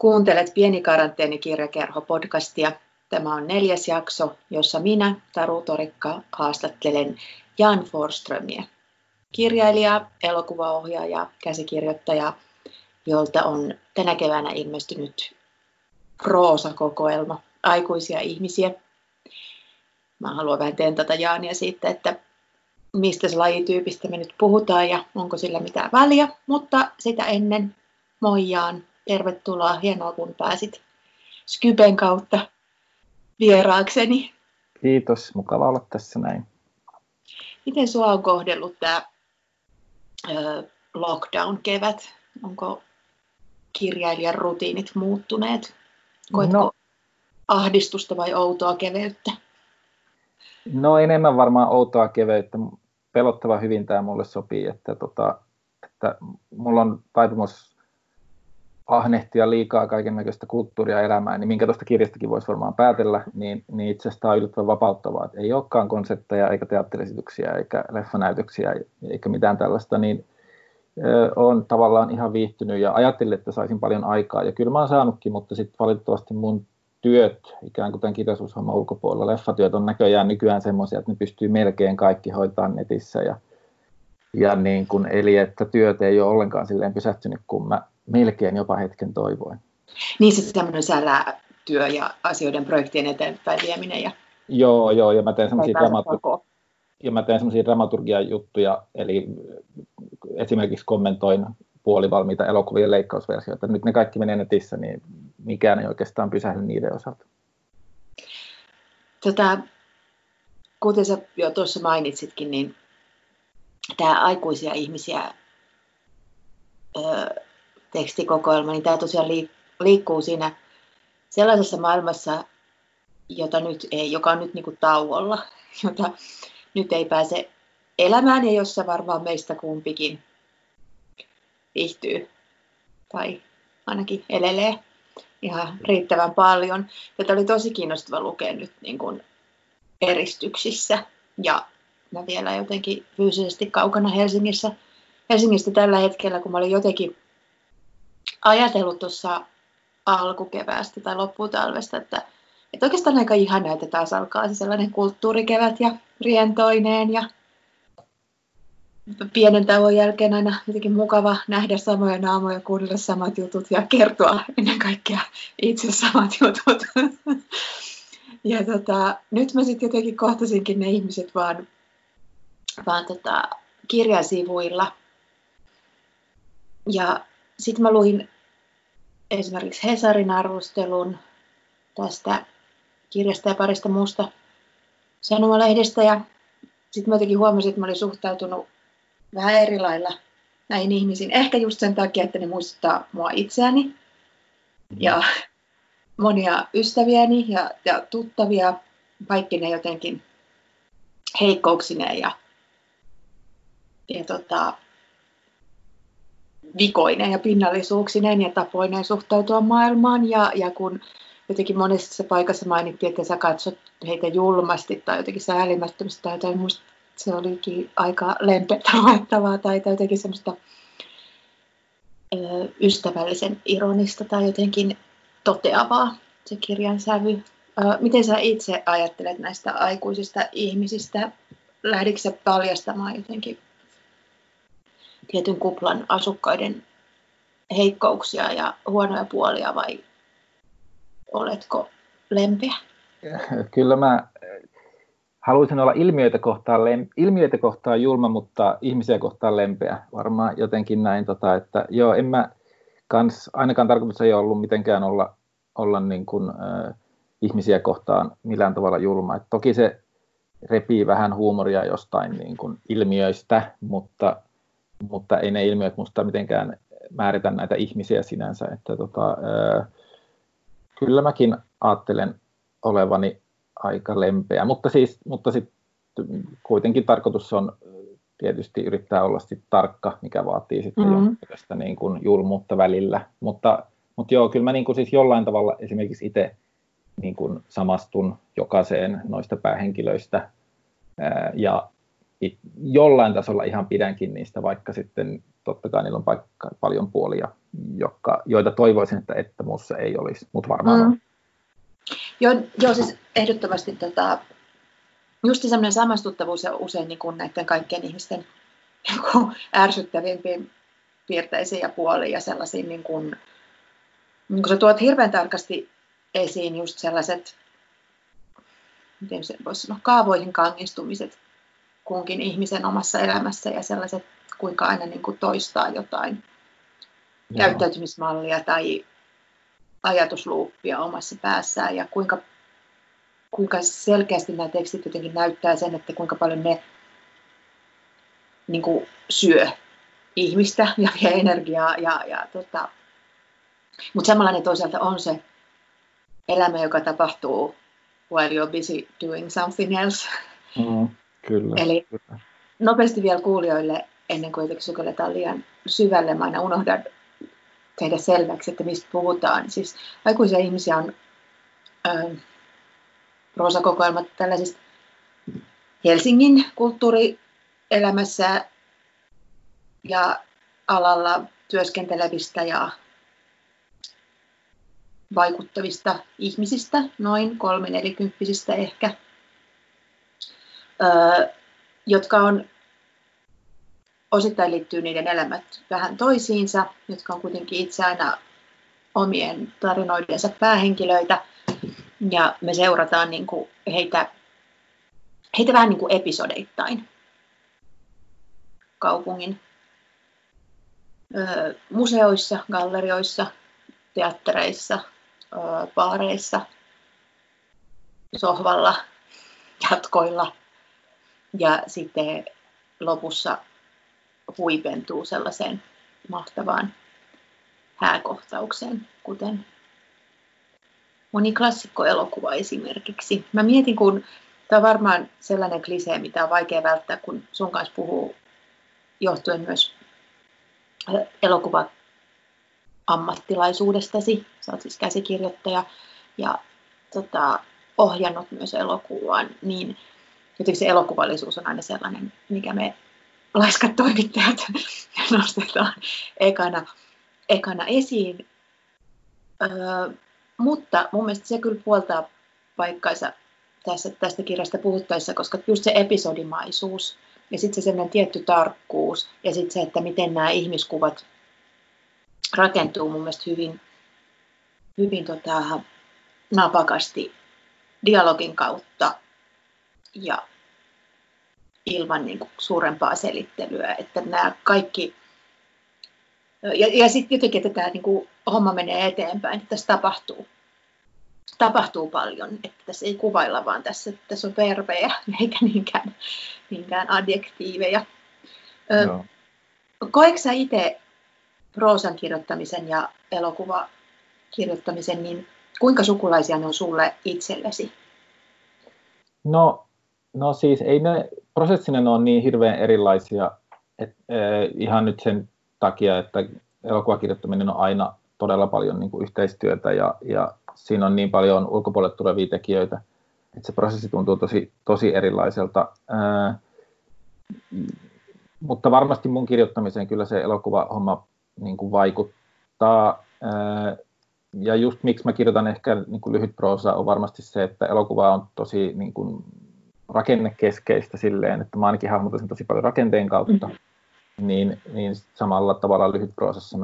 Kuuntelet Pieni karanteenikirjakerho-podcastia. Tämä on 4. jakso, jossa minä, Taru Torikka, haastattelen Jan Forsströmiä, kirjailija, elokuvaohjaaja, käsikirjoittaja, jolta on tänä keväänä ilmestynyt proosakokoelma Aikuisia ihmisiä. Mä haluan vähän tentata Jaania siitä, että mistä se lajityypistä me nyt puhutaan ja onko sillä mitään väliä, mutta sitä ennen moi Jaan. Tervetuloa, hienoa kun pääsit Skypen kautta vieraakseni. Kiitos, mukava olla tässä näin. Miten sinua on kohdellut tämä lockdown-kevät? Onko kirjailijan rutiinit muuttuneet? Koetko ahdistusta vai outoa keveyttä? No enemmän varmaan outoa keveyttä. Pelottava hyvin tämä mulle sopii, että mulla on taipumus ahnehtia liikaa kaikennäköistä kulttuuria elämään, niin minkä tuosta kirjastakin voisi varmaan päätellä, niin itse asiassa tämä on yllättävän vapauttavaa. Että ei olekaan konsertteja, eikä teatterisityksiä, eikä leffanäytöksiä, eikä mitään tällaista, niin olen tavallaan ihan viihtynyt ja ajattelin, että saisin paljon aikaa. Ja kyllä mä oon saanutkin, mutta sitten valitettavasti mun työt, ikään kuin tämän kirjallisuushomman ulkopuolella, leffatyöt on näköjään nykyään semmoisia, että ne pystyy melkein kaikki hoitamaan netissä. Ja niin kun, eli että työt ei ole ollenkaan silleen pysähtynyt, kun mä melkein jopa hetken toivoin. Niin se tämmöinen työ ja asioiden projektien eteenpäin vieminen. Joo, ja mä teen semmoisia dramaturgia-juttuja, eli esimerkiksi kommentoin puolivalmiita elokuvien leikkausversioita. Nyt ne kaikki menee netissä, niin mikään ei oikeastaan pysähdy niiden osalta. Kuten sä jo tuossa mainitsitkin, niin tämä Aikuisia ihmisiä tekstikokoelma, niin tämä tosiaan liikkuu siinä sellaisessa maailmassa, joka on nyt niin kuin tauolla, jota nyt ei pääse elämään ja jossa varmaan meistä kumpikin viihtyy tai ainakin elelee ihan riittävän paljon. Tätä oli tosi kiinnostava lukea nyt niin kuin eristyksissä ja mä vielä jotenkin fyysisesti kaukana Helsingistä tällä hetkellä, kun mä olin jotenkin ajatellut tuossa alkukeväästä tai lopputalvesta, että oikeastaan aika ihanaa, että taas alkaa se sellainen kulttuurikevät ja rientoineen ja pienen tauon jälkeen aina jotenkin mukava nähdä samoja naamoja, kuunnella samat jutut ja kertoa ennen kaikkea itse samat jutut. Ja nyt mä sitten jotenkin kohtasinkin ne ihmiset vaan kirjasivuilla. Ja sitten mä luin esimerkiksi Hesarin arvostelun tästä kirjasta ja parista muusta sanomalehdestä. Ja sitten mä jotenkin huomasin, että mä olin suhtautunut vähän eri lailla näihin ihmisiin. Ehkä just sen takia, että ne muistuttaa mua itseäni ja monia ystäviäni ja tuttavia, kaikki ne jotenkin heikkouksineen ja vikoineen ja pinnallisuuksineen ja tapoineen suhtautua maailmaan. Ja kun jotenkin monessa paikassa mainittiin, että sä katsot heitä julmasti tai jotenkin säälimättömästi tai jotain, musta se olikin aika lempeätä luettavaa tai jotenkin semmoista ystävällisen ironista tai jotenkin toteavaa se kirjan sävy. Miten sä itse ajattelet näistä aikuisista ihmisistä? Lähditkö sä paljastamaan jotenkin tietyn kuplan asukkaiden heikkouksia ja huonoja puolia vai oletko lempeä? Kyllä mä haluaisin olla ilmiöitä kohtaan julma, mutta ihmisiä kohtaan lempeä. Varmaan jotenkin näin, että joo, en mä ainakaan tarkoitus ei ollut mitenkään olla niin kuin, ihmisiä kohtaan millään tavalla julma. Et toki se repii vähän huumoria jostain niin kuin ilmiöistä, mutta ei ne ilmiöt musta mitenkään määritä näitä ihmisiä sinänsä. Että kyllä mäkin ajattelen olevani aika lempeä, mutta sitten kuitenkin tarkoitus on tietysti yrittää olla sit tarkka, mikä vaatii sitten jonkinlaista niin kuin julmuutta välillä, mutta joo, kyllä mä niin kuin siis jollain tavalla esimerkiksi itse niin kuin samastun jokaiseen noista päähenkilöistä ja jollain tasolla ihan pidänkin niistä, vaikka sitten totta kai niillä on paljon puolia joita toivoisin, että minussa ei olisi, mutta varmaan on. Joo, siis ehdottomasti just semmoinen samastuttavuus ja usein niin kuin näiden kaikkien ihmisten ärsyttävimpiin piirteisiin ja puoliin ja sellaisiin, niin kuin sä tuot hirveän tarkasti esiin just sellaiset, miten se voisi sanoa, kaavoihin kangistumiset kunkin ihmisen omassa elämässä ja sellaiset, kuinka aina niin kuin toistaa jotain käyttäytymismallia tai ajatusluuppia omassa päässään ja kuinka selkeästi nämä tekstit jotenkin näyttää sen, että kuinka paljon ne niin kuin syö ihmistä ja vie energiaa. Mutta samanlainen toisaalta on se elämä, joka tapahtuu while you're busy doing something else. Kyllä. Eli nopeasti vielä kuulijoille, ennen kuin jotenkin sukelletaan liian syvälle, mä aina unohdan tehdä selväksi, että mistä puhutaan. Siis aikuisia ihmisiä on proosakokoelmat tällaisista Helsingin kulttuurielämässä ja alalla työskentelevistä ja vaikuttavista ihmisistä, noin 3-4-kymppisistä ehkä, jotka on osittain liittyy niiden elämät vähän toisiinsa, jotka on kuitenkin itse aina omien tarinoidensa päähenkilöitä. Ja me seurataan niin kuin heitä vähän niin kuin episodeittain kaupungin museoissa, gallerioissa, teattereissa, baareissa, sohvalla, jatkoilla ja sitten lopussa huipentuu sellaiseen mahtavaan hääkohtaukseen, kuten moni klassikkoelokuva esimerkiksi. Mä mietin, kun tämä on varmaan sellainen klisee, mitä on vaikea välttää, kun sun kanssa puhuu johtuen myös elokuva-ammattilaisuudestasi. Sä oot siis käsikirjoittaja ja ohjannut myös elokuvaan, niin jotenkin se elokuvallisuus on aina sellainen, mikä me laiskat toimittajat nostetaan ekana esiin. Mutta mun mielestä se kyllä puoltaa paikkaansa tästä kirjasta puhuttaessa, koska just se episodimaisuus ja sitten se sellainen tietty tarkkuus ja sitten se, että miten nämä ihmiskuvat rakentuu mun mielestä hyvin napakasti dialogin kautta ja ilman niin kuin suurempaa selittelyä, että nämä kaikki ja sitten jotenkin, että tämä niin kuin homma menee eteenpäin, että tässä tapahtuu paljon, että tässä ei kuvailla, vaan tässä on verbejä eikä niinkään adjektiiveja. Koetko sä itse proosan kirjoittamisen ja elokuvakirjoittamisen, niin kuinka sukulaisia ne on sulle itsellesi? No siis ei ne prosessina ne on niin hirveän erilaisia, ihan nyt sen takia, että elokuvakirjoittaminen on aina todella paljon niin kuin yhteistyötä ja siinä on niin paljon ulkopuolelle tulevia tekijöitä, että se prosessi tuntuu tosi erilaiselta. Mutta varmasti mun kirjoittamiseen kyllä se elokuvahomma niin kuin vaikuttaa. Ja just miksi mä kirjoitan ehkä niin kuin lyhyt proosa on varmasti se, että elokuva on tosi niin kuin rakennekeskeistä silleen, että mä ainakin hahmotan sen tosi paljon rakenteen kautta. Niin samalla tavalla lyhytproosassa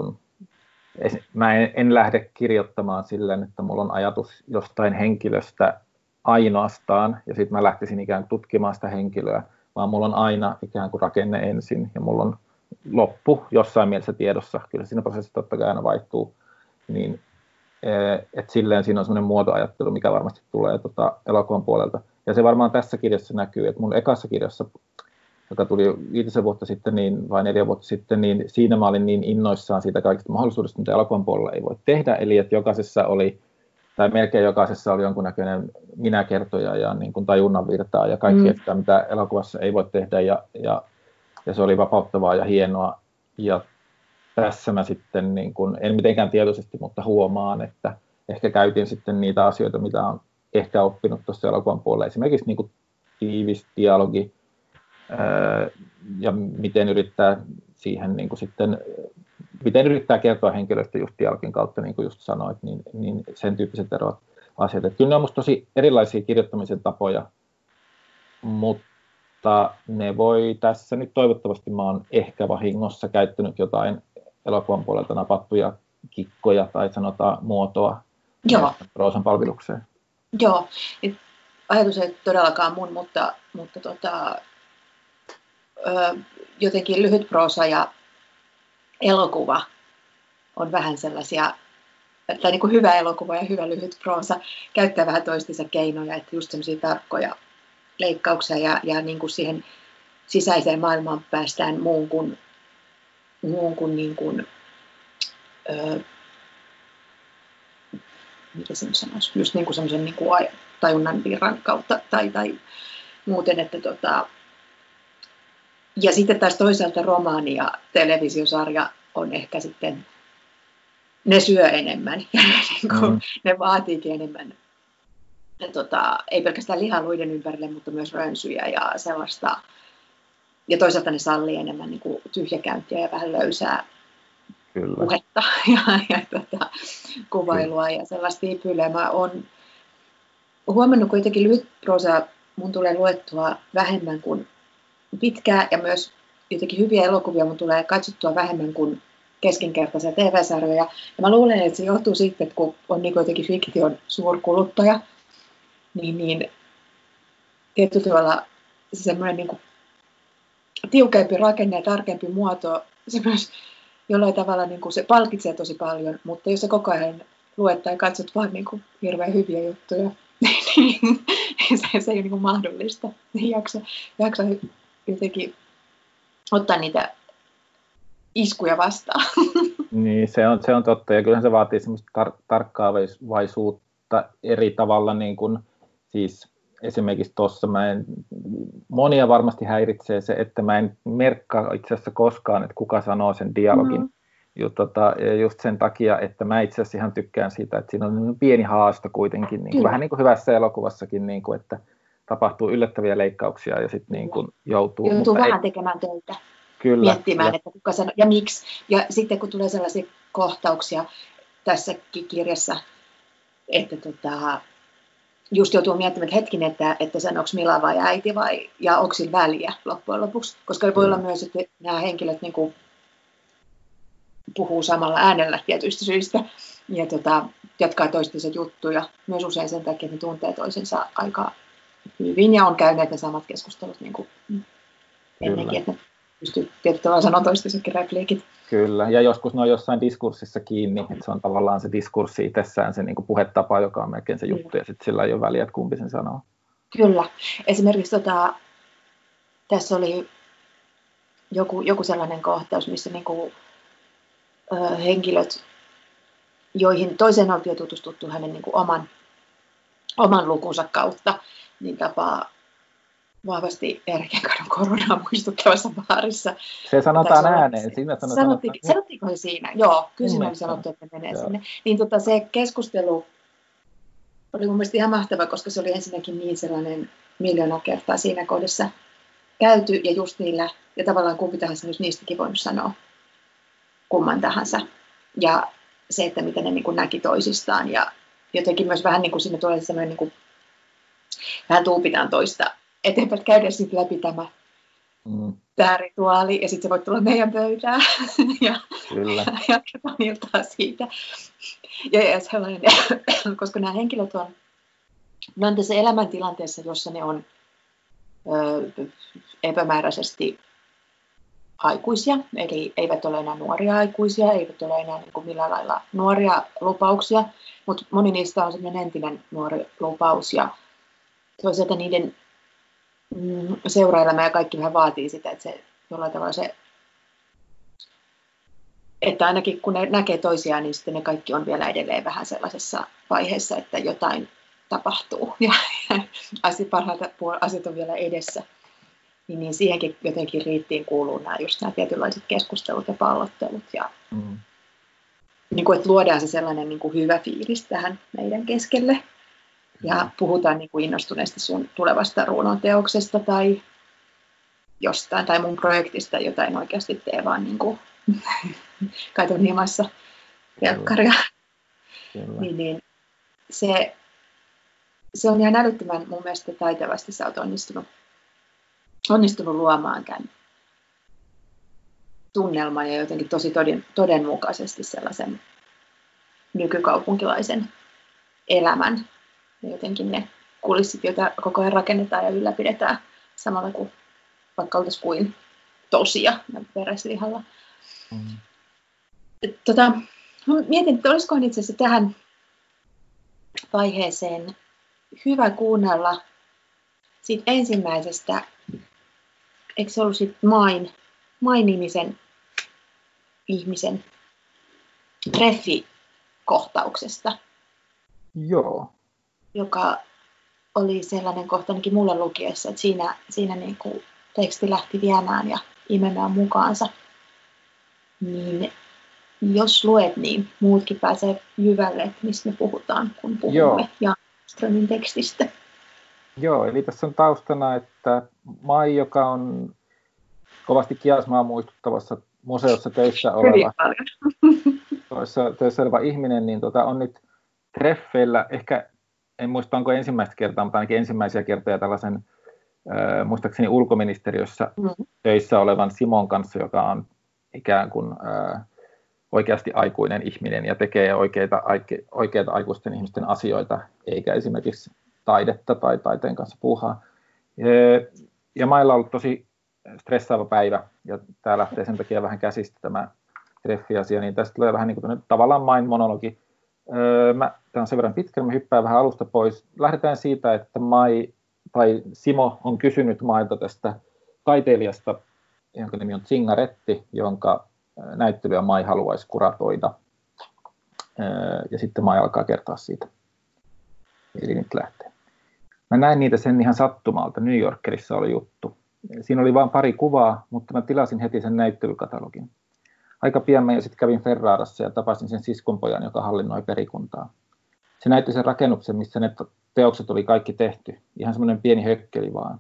mä en lähde kirjoittamaan silleen, että mulla on ajatus jostain henkilöstä ainoastaan, ja sitten mä lähtisin ikään kuin tutkimaan sitä henkilöä, vaan mulla on aina ikään kuin rakenne ensin, ja mulla on loppu jossain mielessä tiedossa, kyllä siinä prosessissa totta kai aina vaihtuu, niin että silleen siinä on semmoinen muotoajattelu, mikä varmasti tulee elokuvan puolelta. Ja se varmaan tässä kirjassa näkyy, että mun ekassa kirjassa, joka tuli 5 vuotta sitten vai 4 vuotta sitten, niin siinä mä olin niin innoissaan siitä kaikista mahdollisuudesta, mitä elokuvan puolella ei voi tehdä. Eli että melkein jokaisessa oli jonkunnäköinen minäkertoja ja niin kuin tajunnanvirtaa ja kaikkea sitä, mitä elokuvassa ei voi tehdä. Ja se oli vapauttavaa ja hienoa. Ja tässä mä sitten, niin kuin, en mitenkään tietoisesti, mutta huomaan, että ehkä käytin sitten niitä asioita, mitä on ehkä oppinut tuossa elokuvan puolella. Esimerkiksi niin kuin tiivis dialogi, ja miten yrittää siihen niin kuin sitten miten yrittää kertoa henkilöstä just dialogin kautta, niin kuin just sanoit, niin sen tyyppiset erot asiat. Että kyllä ne on musta tosi erilaisia kirjoittamisen tapoja, mutta ne voi tässä nyt toivottavasti mä oon ehkä vahingossa käyttänyt jotain elokuvan puolelta napattuja kikkoja tai sanotaan muotoa proosan palvelukseen. Joo, ajatus ei todellakaan mun, mutta jotenkin lyhyt proosa ja elokuva on vähän sellaisia, tai niin kuin hyvä elokuva ja hyvä lyhyt proosa käyttää vähän toistensa keinoja, että just sellaisia tarkkoja leikkauksia ja niin kuin siihen sisäiseen maailmaan päästään muun kuin niin kuin, mitä sen sanoisi, just niin kuin semmoisen niin kuin tajunnan virran kautta tai muuten, että ja sitten taas toisaalta romaani ja televisiosarja on ehkä sitten, ne syö enemmän ja ne vaatiikin enemmän, ei pelkästään lihaluiden ympärille, mutta myös rönsyjä ja sellaista, ja toisaalta ne sallii enemmän niin kuin tyhjäkäyntiä ja vähän löysää puhetta ja kuvailua ja sellaista viipyilyä. Mä oon huomannut kuitenkin lyhytproosaa, mun tulee luettua vähemmän kuin pitkää ja myös jotenkin hyviä elokuvia mun tulee katsottua vähemmän kuin keskinkertaisia TV-sarjoja. Ja mä luulen, että se johtuu siitä, että kun on niin jotenkin fiktion suurkuluttaja, niin tietyllä tavalla se semmoinen niin tiukempi rakenne ja tarkempi muoto, se myös jollain tavalla niin kuin se palkitsee tosi paljon, mutta jos sä koko ajan luet tai katsot vaan niin kuin hirveän hyviä juttuja, niin se ei ole niin kuin mahdollista. Ei jaksa jotenkin ottaa niitä iskuja vastaan. Niin, se on totta, ja kyllähän se vaatii semmoista tarkkaavaisuutta eri tavalla, niin kuin, siis esimerkiksi tuossa monia varmasti häiritsee se, että mä en merkkaa itse asiassa koskaan, että kuka sanoo sen dialogin. Ja just sen takia, että mä itse asiassa ihan tykkään siitä, että siinä on pieni haasto kuitenkin, niin kuin, vähän niin kuin hyvässä elokuvassakin, niin kuin, että tapahtuu yllättäviä leikkauksia ja sitten niin kuin joutuu vähän tekemään töitä. Kyllä, miettimään, että kuka sanoo ja miksi. Ja sitten kun tulee sellaisia kohtauksia tässäkin kirjassa, että just joutuu miettimään, että hetkinen, että sanooko Mila vai äiti ja onko sillä väliä loppujen lopuksi. Koska voi olla myös, että nämä henkilöt niin kuin puhuu samalla äänellä tietyistä syistä ja jatkaa toistensa juttuja. Myös usein sen takia, että ne tuntee toisensa aika hyvin ja on käyneet ne samat keskustelut niin kuin ennenkin, että ne pystyy tietyllä tavalla sanoa toistensakin repliikit. Kyllä, ja joskus ne on jossain diskurssissa kiinni, että se on tavallaan se diskurssi itsessään, se niin kuin puhetapa, joka on melkein se juttu, ja sitten sillä ei ole väliä, että kumpi sen sanoo. Kyllä. Esimerkiksi tässä oli joku sellainen kohtaus, missä niin kuin, henkilöt, joihin toiseen oltiin tutustuttu hänen niin kuin oman lukunsa kautta, niin tapaa vahvasti Erkenkadun koronaa muistuttavassa baarissa. Se sanotaan ääneen. Sanottiinko se siinä? Joo, kyllä siinä oli sanottu, että menee sinne. Niin se keskustelu oli mun mielestä ihan mahtava, koska se oli ensinnäkin niin sellainen 1,000,000 kertaa siinä kohdassa käyty, ja just niillä, ja tavallaan kumpi tahansa olisi niistäkin voinut sanoa kumman tahansa. Ja se, että miten ne niin kuin näki toisistaan, ja jotenkin myös vähän niin kuin siinä tulee sellainen, niin kuin, vähän tuupitaan toista eteenpäin, käydään sitten läpi tämä rituaali, ja sitten se voi tulla meidän pöytään, ja jatketaan iltaa siitä. Ja sellainen, koska nämä henkilöt on tässä elämäntilanteessa, jossa ne on epämääräisesti aikuisia, eli eivät ole enää nuoria aikuisia, eivät ole enää niin kuin millään lailla nuoria lupauksia, mutta moni niistä on sellainen entinen nuori lupaus, ja toisaalta niiden seuraelämä ja kaikki vähän vaatii sitä, että se jollain tavalla se, että ainakin kun ne näkee toisiaan, niin sitten ne kaikki on vielä edelleen vähän sellaisessa vaiheessa, että jotain tapahtuu ja parhaat asiat on vielä edessä. Niin siihenkin jotenkin riittiin kuuluu nämä tietynlaiset keskustelut ja pallottelut ja niin kuin, että luodaan se sellainen niin kuin hyvä fiilis tähän meidän keskelle. Ja puhutaan niin kuin innostuneesti sun tulevasta runoteoksesta tai jostain tai mun projektista, jota en oikeasti tee, vaan niin kuin katon himassa telkkaria. Niin, se on ihan älyttömän mun mielestä taitavasti sä oot onnistunut luomaan tämän tunnelman ja jotenkin tosi todenmukaisesti sellaisen nykykaupunkilaisen elämän. Ja jotenkin ne kulissit, joita koko ajan rakennetaan ja ylläpidetään samalla kuin vaikka oltaisiin kuin tosia vereslihalla. Mietin, että olisikohan itse asiassa tähän vaiheeseen hyvä kuunnella siitä ensimmäisestä, eikö se ollut sitten Mai-nimisen ihmisen treffikohtauksesta? Joo. Joka oli sellainen kohta ainakin mulle lukiessa, että siinä niin kuin teksti lähti viemään ja imemään mukaansa. Niin jos luet, niin muutkin pääsee jyvälle, että mistä me puhutaan, kun puhumme Jan Forsströmin tekstistä. Joo, eli tässä on taustana, että Mai, joka on kovasti Kiasmaa muistuttavassa museossa töissä oleva ihminen, niin on nyt treffeillä, ehkä en muista onko ensimmäistä kertaa, mutta ainakin ensimmäisiä kertoja tällaisen muistaakseni ulkoministeriössä töissä olevan Simon kanssa, joka on ikään kuin oikeasti aikuinen ihminen ja tekee oikeita aikuisten ihmisten asioita, eikä esimerkiksi taidetta tai taiteen kanssa puuhaa. Ja Mailla on ollut tosi stressaava päivä, ja tämä lähtee sen takia vähän käsistä tämä treffiasia, niin tästä tulee vähän niin kuin tavallaan Main monologi. Tämä on sen verran pitkä, mä hyppään vähän alusta pois. Lähdetään siitä, että Simo on kysynyt Mailta tästä taiteilijasta, jonka nimi on Zingaretti, jonka näyttelyä Mai haluaisi kuratoida. Ja sitten Mai alkaa kertoa siitä. Eli nyt lähtee. Mä näin niitä sen ihan sattumalta. New Yorkerissa oli juttu. Siinä oli vain pari kuvaa, mutta mä tilasin heti sen näyttelykatalogin. Aika pian mä sitten kävin Ferrarassa ja tapasin sen siskonpojan, joka hallinnoi perikuntaa. Se näytti sen rakennuksen, missä ne teokset oli kaikki tehty. Ihan semmoinen pieni hökkeli vaan.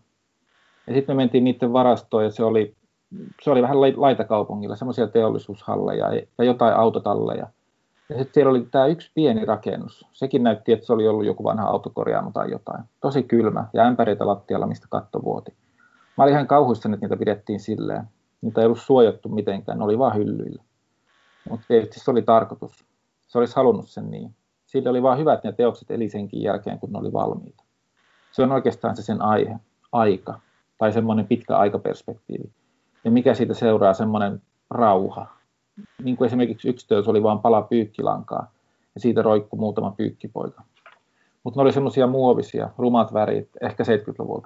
Ja sitten me mentiin niiden varastoon ja se oli vähän laitakaupungilla, semmoisia teollisuushalleja ja jotain autotalleja. Ja sitten siellä oli tämä yksi pieni rakennus. Sekin näytti, että se oli ollut joku vanha autokorjaamo tai jotain. Tosi kylmä ja ämpäreitä lattialla, mistä katto vuoti. Mä olin ihan kauhuissani, että niitä pidettiin silleen. Niitä ei ollut suojattu mitenkään, ne oli vaan hyllyillä. Mutta tietysti se oli tarkoitus. Se olisi halunnut sen niin. Sillä oli vaan hyvä, että ne teokset eli senkin jälkeen, kun ne oli valmiita. Se on oikeastaan se sen aihe, aika, tai semmoinen pitkä aikaperspektiivi. Ja mikä siitä seuraa, semmoinen rauha. Niin kuin esimerkiksi yksi teos oli vaan pala pyykkilankaa, ja siitä roikkui muutama pyykkipoika. Mutta ne oli semmoisia muovisia, rumat värit, ehkä 70-luvulta.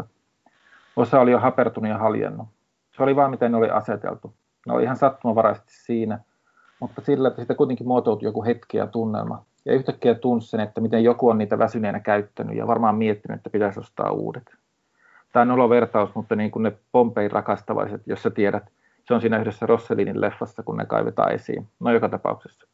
Osa oli jo hapertunut ja haljennut. Se oli vaan miten ne oli aseteltu. Ne oli ihan sattumavaraisesti siinä, mutta sillä, että siitä kuitenkin muotoutui joku hetki ja tunnelma. Ja yhtäkkiä tunsi sen, että miten joku on niitä väsyneenä käyttänyt ja varmaan miettinyt, että pitäisi ostaa uudet. Tämä on nolovertaus, mutta niin kuin ne Pompein rakastavaiset, jos sä tiedät, se on siinä yhdessä Rossellinin leffassa, kun ne kaivetaan esiin. No joka tapauksessa.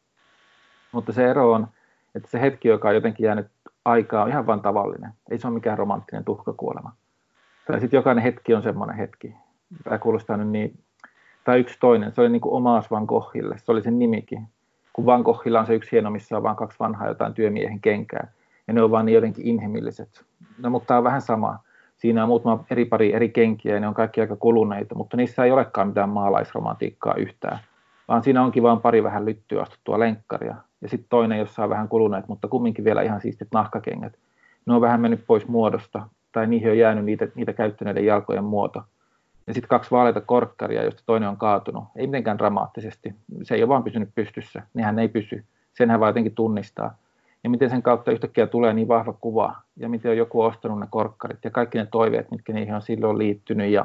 Mutta se ero on, että se hetki, joka on jotenkin jäänyt aikaa, on ihan vain tavallinen. Ei se ole mikään romanttinen tuhkakuolema. Tai sitten jokainen hetki on semmoinen hetki. Tämä kuulostaa nyt niin, tai yksi toinen, se oli niin kuin omaas Van Goghille, se oli sen nimikin. Kun Van Goghilla on se yksi hieno, missä on vaan kaksi vanhaa jotain työmiehen kenkää, ja ne on vaan niin jotenkin inhimilliset. No, mutta tämä on vähän sama. Siinä on muutama eri kenkiä, ja ne on kaikki aika kuluneita, mutta niissä ei olekaan mitään maalaisromantiikkaa yhtään, vaan siinä onkin vaan pari vähän lyttyä astuttua lenkkaria, ja sitten toinen, jossa on vähän kuluneet, mutta kumminkin vielä ihan siistit nahkakengät. Ne on vähän mennyt pois muodosta, tai niihin on jäänyt niitä käyttäneiden jalkojen muoto. Ja sitten kaksi vaaleita korkkaria, joista toinen on kaatunut. Ei mitenkään dramaattisesti. Se ei ole vaan pysynyt pystyssä. Nehän ei pysy. Senhän vaan jotenkin tunnistaa. Ja miten sen kautta yhtäkkiä tulee niin vahva kuva. Ja miten on joku ostanut ne korkkarit. Ja kaikki ne toiveet, mitkä niihin on silloin liittynyt. Ja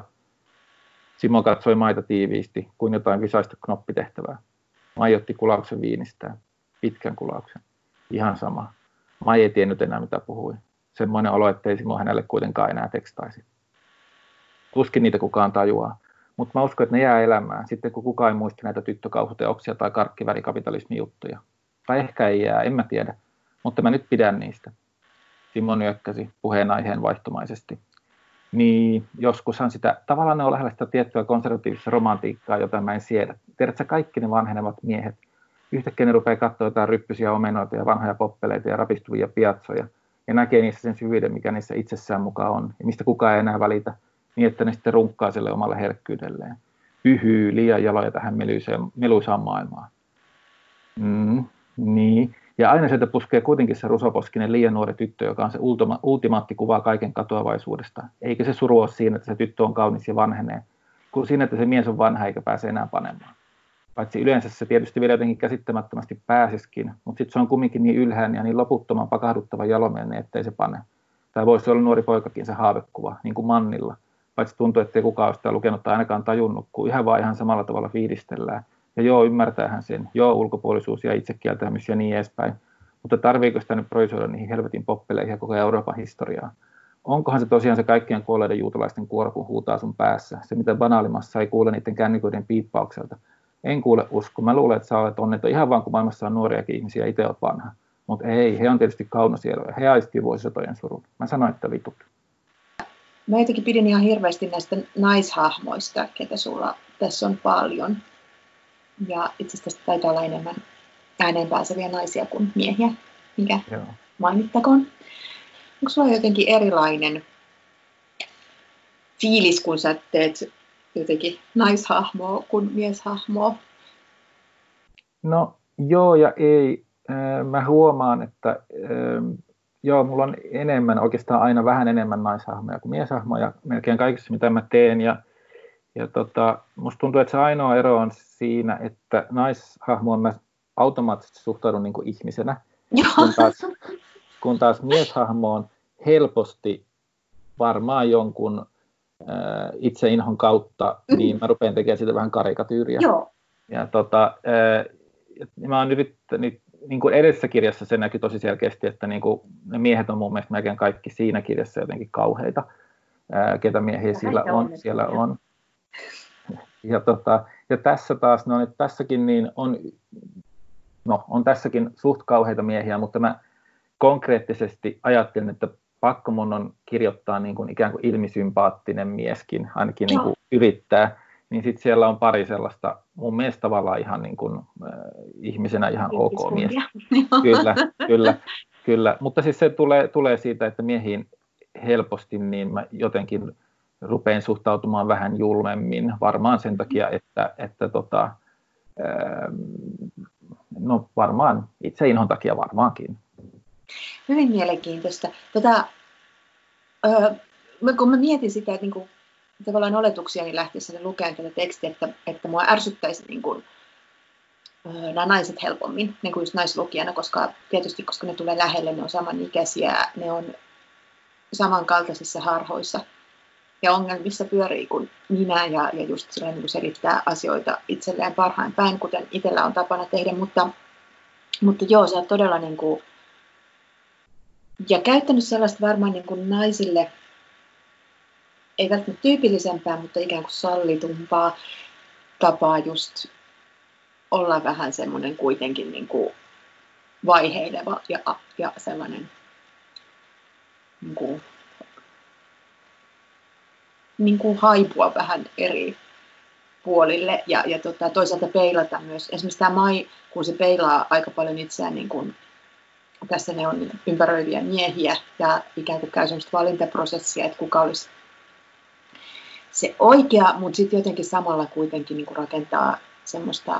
Simo katsoi Maita tiiviisti kuin jotain visaista knoppitehtävää. Mai otti kulauksen viinistään. Pitkän kulauksen. Ihan sama. Mai ei tiennyt enää mitä puhui. Semmoinen olo, ettei Simo hänelle kuitenkaan enää tekstaisi. Tuskin niitä kukaan tajuaa, mutta mä uskon, että ne jää elämään sitten, kun kukaan ei muista näitä tyttökauhuteoksia tai karkkivärikapitalismijuttuja. Tai ehkä ei jää, en mä tiedä, mutta mä nyt pidän niistä. Simo nyökkäsi puheenaiheen vaihtomaisesti. Niin joskushan sitä, tavallaan ne on lähellä sitä tiettyä konservatiivista romantiikkaa, jota mä en siedä. tiedätkö, kaikki ne vanhenevat miehet, yhtäkkiä ne rupeaa katsoa jotain ryppysiä omenoita ja vanhoja poppeleita ja rapistuvia piatsoja, ja näkee niissä sen syvyyden, mikä niissä itsessään mukaan on, ja mistä kukaan ei enää välitä, niin että ne sitten runkkaa sille omalle herkkyydelleen. Pyhyy liian jaloja tähän meluisaan maailmaan. Niin. Ja aina sieltä puskee kuitenkin se rusoposkinen liian nuori tyttö, joka on se ultimaattikuva kaiken katoavaisuudesta. Eikä se suru ole siinä, että se tyttö on kaunis ja vanhenee, kun siinä, että se mies on vanha eikä pääse enää panemaan. Paitsi yleensä se tietysti vielä jotenkin käsittämättömästi pääsisikin, mutta sitten se on kumminkin niin ylhään ja niin loputtoman pakahduttava jalomenne, ettei se pane. Tai voisi olla nuori poikakin se haavekuva, niin kuin Mannilla. Paitsi tuntuu, ettei kukaan ole sitä lukenut tai ainakaan tajunnut, kun ihan vaan ihan samalla tavalla fiilistellään. Ja joo, ymmärtäähän sen. Joo, ulkopuolisuus ja itsekieltämys ja niin edespäin. Mutta tarviiko sitä nyt projisoida niihin helvetin poppeleihin ja koko Euroopan historiaa? Onkohan se tosiaan se kaikkien kuolleiden juutalaisten kuoro, kun huutaa sun päässä? Se, mitä banaalimassa ei kuule niiden kännyköiden piippaukselta. En kuule usko. Mä luulen, että sä olet onneton ihan vaan, kun maailmassa on nuoriakin ihmisiä ja itse olet vanha. Mutta ei, he on tietysti kaunasieluja. He aistii vuosisatojen surun. Mä sanoin, että vitut. Mä jotenkin pidin ihan hirveästi näistä naishahmoista, ketä sulla tässä on paljon. Ja itse asiassa taitaa olla enemmän ääneen pääseviä naisia kuin miehiä, mikä mainittakoon. Onko sulla jotenkin erilainen fiilis, kun sä teet jotenkin naishahmoa kuin mieshahmoa? No joo ja ei. Mä huomaan, että joo, mulla on enemmän, oikeastaan aina vähän enemmän naishahmoja kuin mieshahmoja melkein kaikessa, mitä mä teen. Ja musta tuntuu, että se ainoa ero on siinä, että naishahmoon mä automaattisesti suhtaudun niin kuin ihmisenä, kun taas mieshahmoon helposti varmaan jonkun itseinhon kautta, niin mä rupean tekemään siitä vähän karikatyyriä. Joo. Ja mä oon yrittänyt, niin kuin edellisessä kirjassa se näkyy tosi selkeästi, että niin kuin ne miehet on mun mielestä melkein kaikki siinä kirjassa jotenkin kauheita, ketä miehiä siellä on. Ja tässä taas, no nyt tässäkin niin on tässäkin suht kauheita miehiä, mutta mä konkreettisesti ajattelin, että pakko mun on kirjoittaa niin kuin ikään kuin ilmisympaattinen mieskin, ainakin niin kuin yrittää, niin sitten siellä on pari sellaista mun mielestä tavallaan ihan niin kuin ihmisenä ihan ok mies. Kyllä, mutta siis se tulee siitä, että miehiin helposti niin mä jotenkin rupean suhtautumaan vähän julmemmin, varmaan sen takia, että varmaan itseinhon takia varmaankin. Hyvin mielenkiintoista. Kun mä mietin sitä, että niinku, tavallaan oletuksiani lähtiessäni lukemaan tätä tekstiä, että mua ärsyttäisi niinku, nämä naiset helpommin, niin kuin just naislukijana, koska ne tulee lähelle, ne on samanikäisiä, ne on samankaltaisissa harhoissa ja ongelmissa pyörii kuin minä ja just sellainen niin selittää asioita itselleen parhain päin, kuten itsellä on tapana tehdä, mutta joo, sä oot todella niin kuin, ja käyttänyt sellaista varmaan niin kuin naisille, ei välttämättä tyypillisempää, mutta ikään kuin sallitumpaa tapaa just olla vähän semmoinen kuitenkin niin kuin vaiheileva ja sellainen niin kuin haipua vähän eri puolille ja toisaalta peilata myös. Esimerkiksi tämä Mai, kun se peilaa aika paljon itseään, niin kuin, tässä ne on ympäröiviä miehiä ja ikään kuin käy sellaista valintaprosessia, että kuka olisi se oikea, mutta sitten jotenkin samalla kuitenkin niin kuin rakentaa semmoista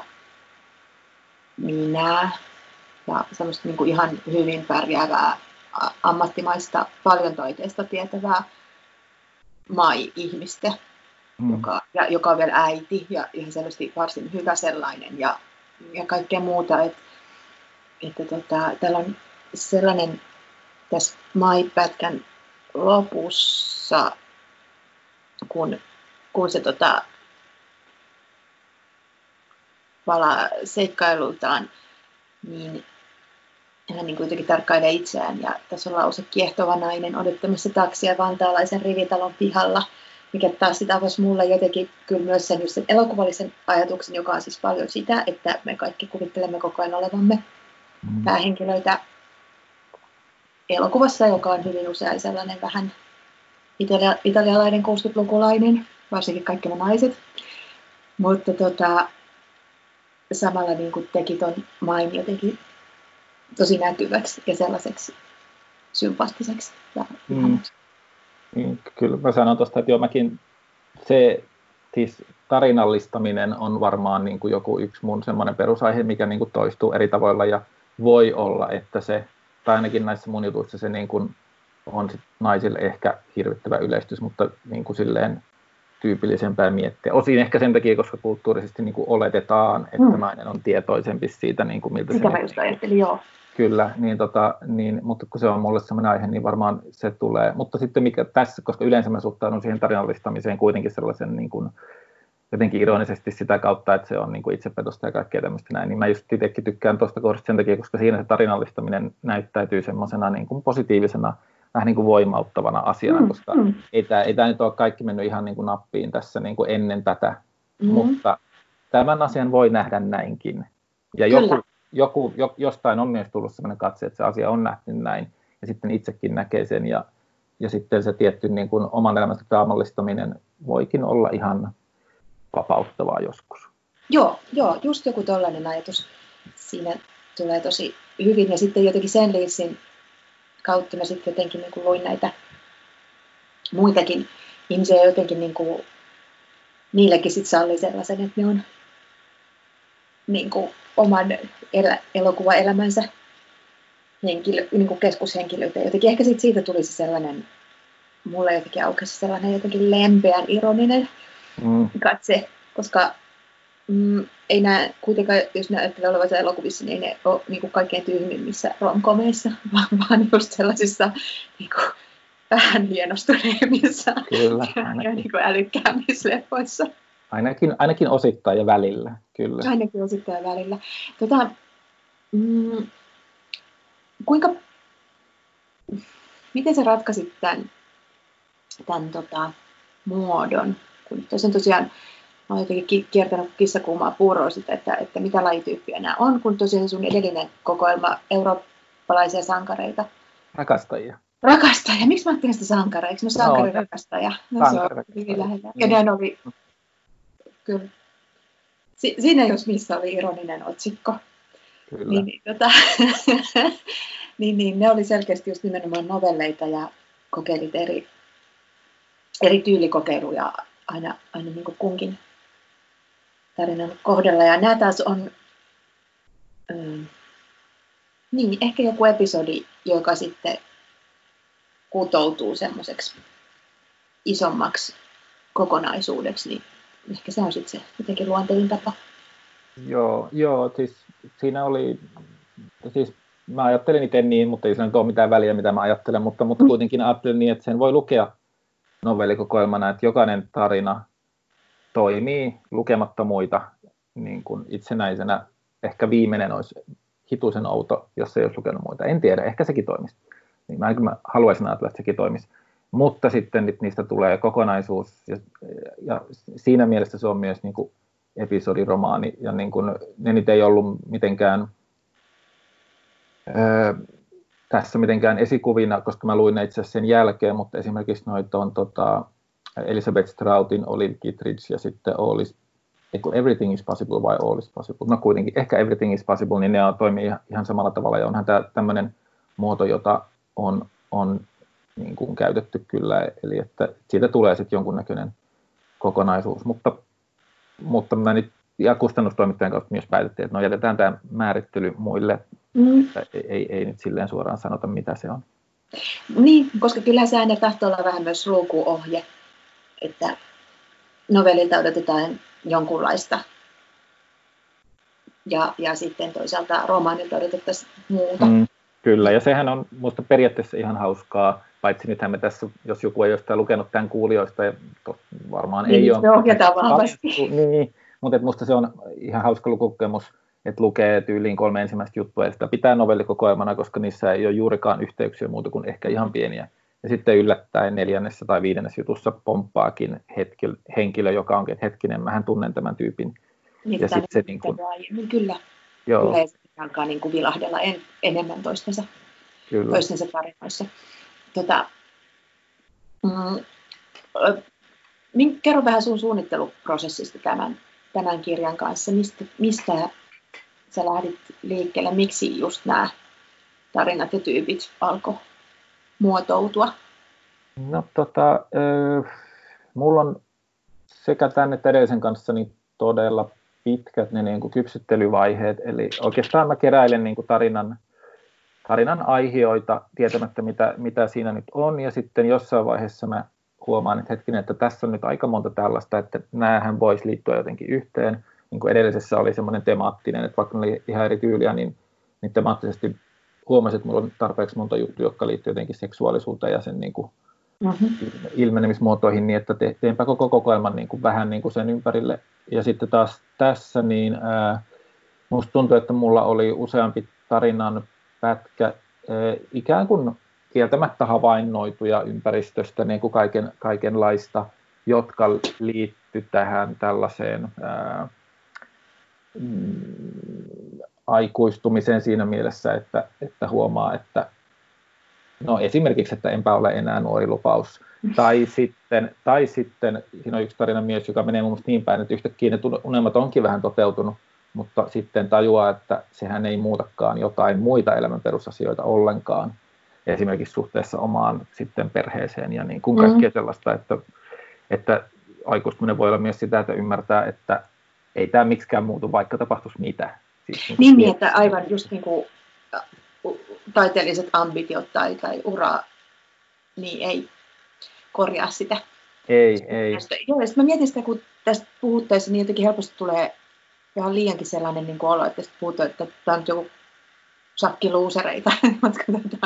minää ja semmoista niin kuin ihan hyvin pärjäävää, ammattimaista, paljon taiteesta tietävää Mai-ihmistä, joka on vielä äiti ja ihan selvästi varsin hyvä sellainen ja kaikkea muuta. Täällä on sellainen tässä Mai-pätkän lopussa, kun se palaa seikkailultaan, niin hän niin kuitenkin tarkkailee itseään ja tässä on lause kiehtova nainen odottamassa taksia vantaalaisen rivitalon pihalla, mikä taas sitä avasi mulle jotenkin kyllä myös sen elokuvallisen ajatuksen, joka on siis paljon sitä, että me kaikki kuvittelemme koko ajan olevamme päähenkilöitä elokuvassa, joka on hyvin usein sellainen vähän italialainen 60-lukulainen, varsinkin kaikki ne naiset. Mutta samalla niin kuin teki ton main jotenkin tosi näkyväksi ja sellaiseksi sympaattiseksi ja ihanaksi. Kyllä mä sanon tuosta, että mäkin siis tarinallistaminen on varmaan niin kuin joku yksi mun semmoinen perusaihe, mikä niin kuin toistuu eri tavoilla ja voi olla, että se, tai ainakin näissä mun jutuissa se niin kuin on sit naisille ehkä hirvittävä yleistys, mutta niin kuin silleen tyypillisempää miettiä. Osin ehkä sen takia, koska kulttuurisesti niin kuin oletetaan, että nainen on tietoisempi siitä, niin kuin miltä sitä se... Sitä mä just ajattelin, joo. Kyllä, mutta kun se on mulle sellainen aihe, niin varmaan se tulee. Mutta sitten mikä tässä, koska yleensä mä suhtaudun siihen tarinallistamiseen kuitenkin sellaisen niin kuin, jotenkin ironisesti sitä kautta, että se on niin kuin itsepetosta ja kaikkea tämmöistä näin, niin mä just itsekin tykkään tuosta kohdasta sen takia, koska siinä se tarinallistaminen näyttäytyy semmoisena niin kuin positiivisena, vähän niin kuin voimauttavana asiana, koska ei tämä nyt ole kaikki mennyt ihan niin kuin nappiin tässä niin kuin ennen tätä, mutta tämän asian voi nähdä näinkin. Ja jostain on myös tullut sellainen katse, että se asia on nähty näin, ja sitten itsekin näkee sen, ja sitten se tietty niin kuin oman elämästä draamallistaminen voikin olla ihan vapauttavaa joskus. Joo, just joku tollainen ajatus siinä tulee tosi hyvin, ja sitten jotenkin sen linssin kautta mä sitten jotenkin niin kuin luin näitä muitakin ihmisiä jotenkin niin kuin, niillekin sitten salli sellaisen, että ne on niin kuin oman elokuvaelämänsä niin kuin keskushenkilöitä. Jotenkin ehkä siitä tulisi sellainen, mulle jotenkin aukesi sellainen jotenkin lempeän ironinen katse, koska ei nämä kuitenkaan, jos ne ajattelee olevansa elokuvissa, niin ei ne ole niin kuin kaikkein tyhmimmissä romkomeissa, vaan just sellaisissa niin kuin vähän hienostuneemmissa ja niin kuin älykkäämmissä leffoissa. Ainakin osittain ja välillä, kyllä. Ainakin osittain ja välillä. Miten sä ratkaisit tämän muodon? Kun tässä on tosiaan, mä olen jotenkin kiertänyt kissakuumaa puuroa sitä, että mitä lajityyppiä nämä on, kun tosiaan sun edellinen kokoelma eurooppalaisia sankareita. Rakastajia. Miksi mä ajattelin sitä sankareiksi? No sankarirakastaja. No se on hyvin lähellä. Ja ne oli, kyllä. Siinä jos missä oli ironinen otsikko. Kyllä. Niin ne oli selkeästi just nimenomaan novelleita ja kokeilit eri tyylikokeiluja aina niin kuin kunkin tarinan kohdalla. Ja nämä taas on ehkä joku episodi, joka sitten kutoutuu semmoiseksi isommaksi kokonaisuudeksi, niin ehkä se on sitten se jotenkin luontevin tapa. Joo, siis siinä oli, siis mä ajattelin itse niin, mutta ei sillä nyt ole mitään väliä, mitä mä ajattelen, mutta kuitenkin ajattelin niin, että sen voi lukea novellikokoelmana, että jokainen tarina toimii lukematta muita niin kuin itsenäisenä. Ehkä viimeinen olisi hituisen outo, jos ei olisi lukenut muita. En tiedä, ehkä sekin toimisi. Niin mä haluaisin ajatella, että sekin toimisi. Mutta sitten niistä tulee kokonaisuus, ja siinä mielessä se on myös niin kuin episodiromaani, ja niin kuin, ne nyt ei ollut mitenkään tässä mitenkään esikuvina, koska mä luin ne itse asiassa sen jälkeen, mutta esimerkiksi noita on Elizabeth Stroutin Olive Kitteridge ja sitten Everything is Possible vai All is Possible. No kuitenkin, ehkä Everything is Possible, niin ne toimii ihan samalla tavalla, ja onhan tämä tämmöinen muoto, jota on niin kuin käytetty kyllä, eli että siitä tulee sitten jonkunnäköinen kokonaisuus, mutta mä nyt, ja kustannustoimittajan kautta myös päätettiin, että no jätetään tämä määrittely muille, että ei nyt silleen suoraan sanota, mitä se on. Niin, koska kyllähän se aina tahtoo olla vähän myös lukuohje, että novellilta odotetaan jonkunlaista, ja sitten toisaalta romaanilta odotettaisiin muuta. Kyllä, ja sehän on minusta periaatteessa ihan hauskaa, paitsi nythän me tässä, jos joku ei ole sitä lukenut tämän kuulijoista, ja varmaan niin, ei ole. Se ohjataan vahvasti. Niin, mutta minusta se on ihan hauska lukukokemus, että lukee tyyliin 3 ensimmäistä juttua, ja sitä pitää novellikokoelmana, koska niissä ei ole juurikaan yhteyksiä muuta kuin ehkä ihan pieniä. Ja sitten yllättäen 4. tai 5. jutussa pomppaakin henkilö, joka onkin, että hetkinen, mähän tunnen tämän tyypin. Niin, ja sitten se niin kuin, kyllä. Joo. Kyllä, alkaa niin kuin vilahdella enemmän toistensa tarinoissa. Kerro vähän sun suunnitteluprosessista tämän kirjan kanssa? Mistä sä lähdit liikkeelle? Miksi just nämä tarinat ja tyypit alkoi muotoutua? No mulla on sekä tämän että edellisen kanssa niin todella pitkät ne niin kuin kypsyttelyvaiheet, eli oikeastaan mä keräilen niin kuin tarinan aihioita tietämättä mitä siinä nyt on, ja sitten jossain vaiheessa mä huomaan, että hetkinen, että tässä on nyt aika monta tällaista, että näähän voisi liittyä jotenkin yhteen. Niin kuin edellisessä oli semmoinen temaattinen, että vaikka ne oli ihan eri tyyliä, niin temaattisesti huomasin, että mulla on tarpeeksi monta juttua, jotka liittyy jotenkin seksuaalisuuteen ja sen niin kuin ilmenemismuotoihin, niin että teenpä koko kokoelman niin kuin vähän niin kuin sen ympärille. Ja sitten taas tässä, niin musta tuntuu, että mulla oli useampi tarinan pätkä ikään kuin kieltämättä havainnoituja ympäristöstä, niin kuin kaikenlaista, jotka liittyy tähän tällaiseen aikuistumiseen siinä mielessä, että huomaa, että no esimerkiksi, että enpä ole enää nuori lupaus. Tai sitten siinä on yksi tarina mies, joka menee mun mielestä niin päin, että yhtäkkiä ne unelmat onkin vähän toteutunut, mutta sitten tajuaa, että sehän ei muutakaan jotain muita elämän perusasioita ollenkaan. Esimerkiksi suhteessa omaan sitten perheeseen ja niin kuin kaikkea sellaista, että aikuistuminen voi olla myös sitä, että ymmärtää, että ei tämä miksikään muutu, vaikka tapahtuisi mitä. Siis, niin, että aivan just niin kuin taiteelliset ambitiot tai ura, niin ei korjaa sitä. Ei. Joo, ja sitten mä mietin sitä, kun tästä puhuttaessa, niin jotenkin helposti tulee ihan liiankin sellainen niin kuin olo, että tästä puhutaan, että tämä on joku sakki luusereita, jotka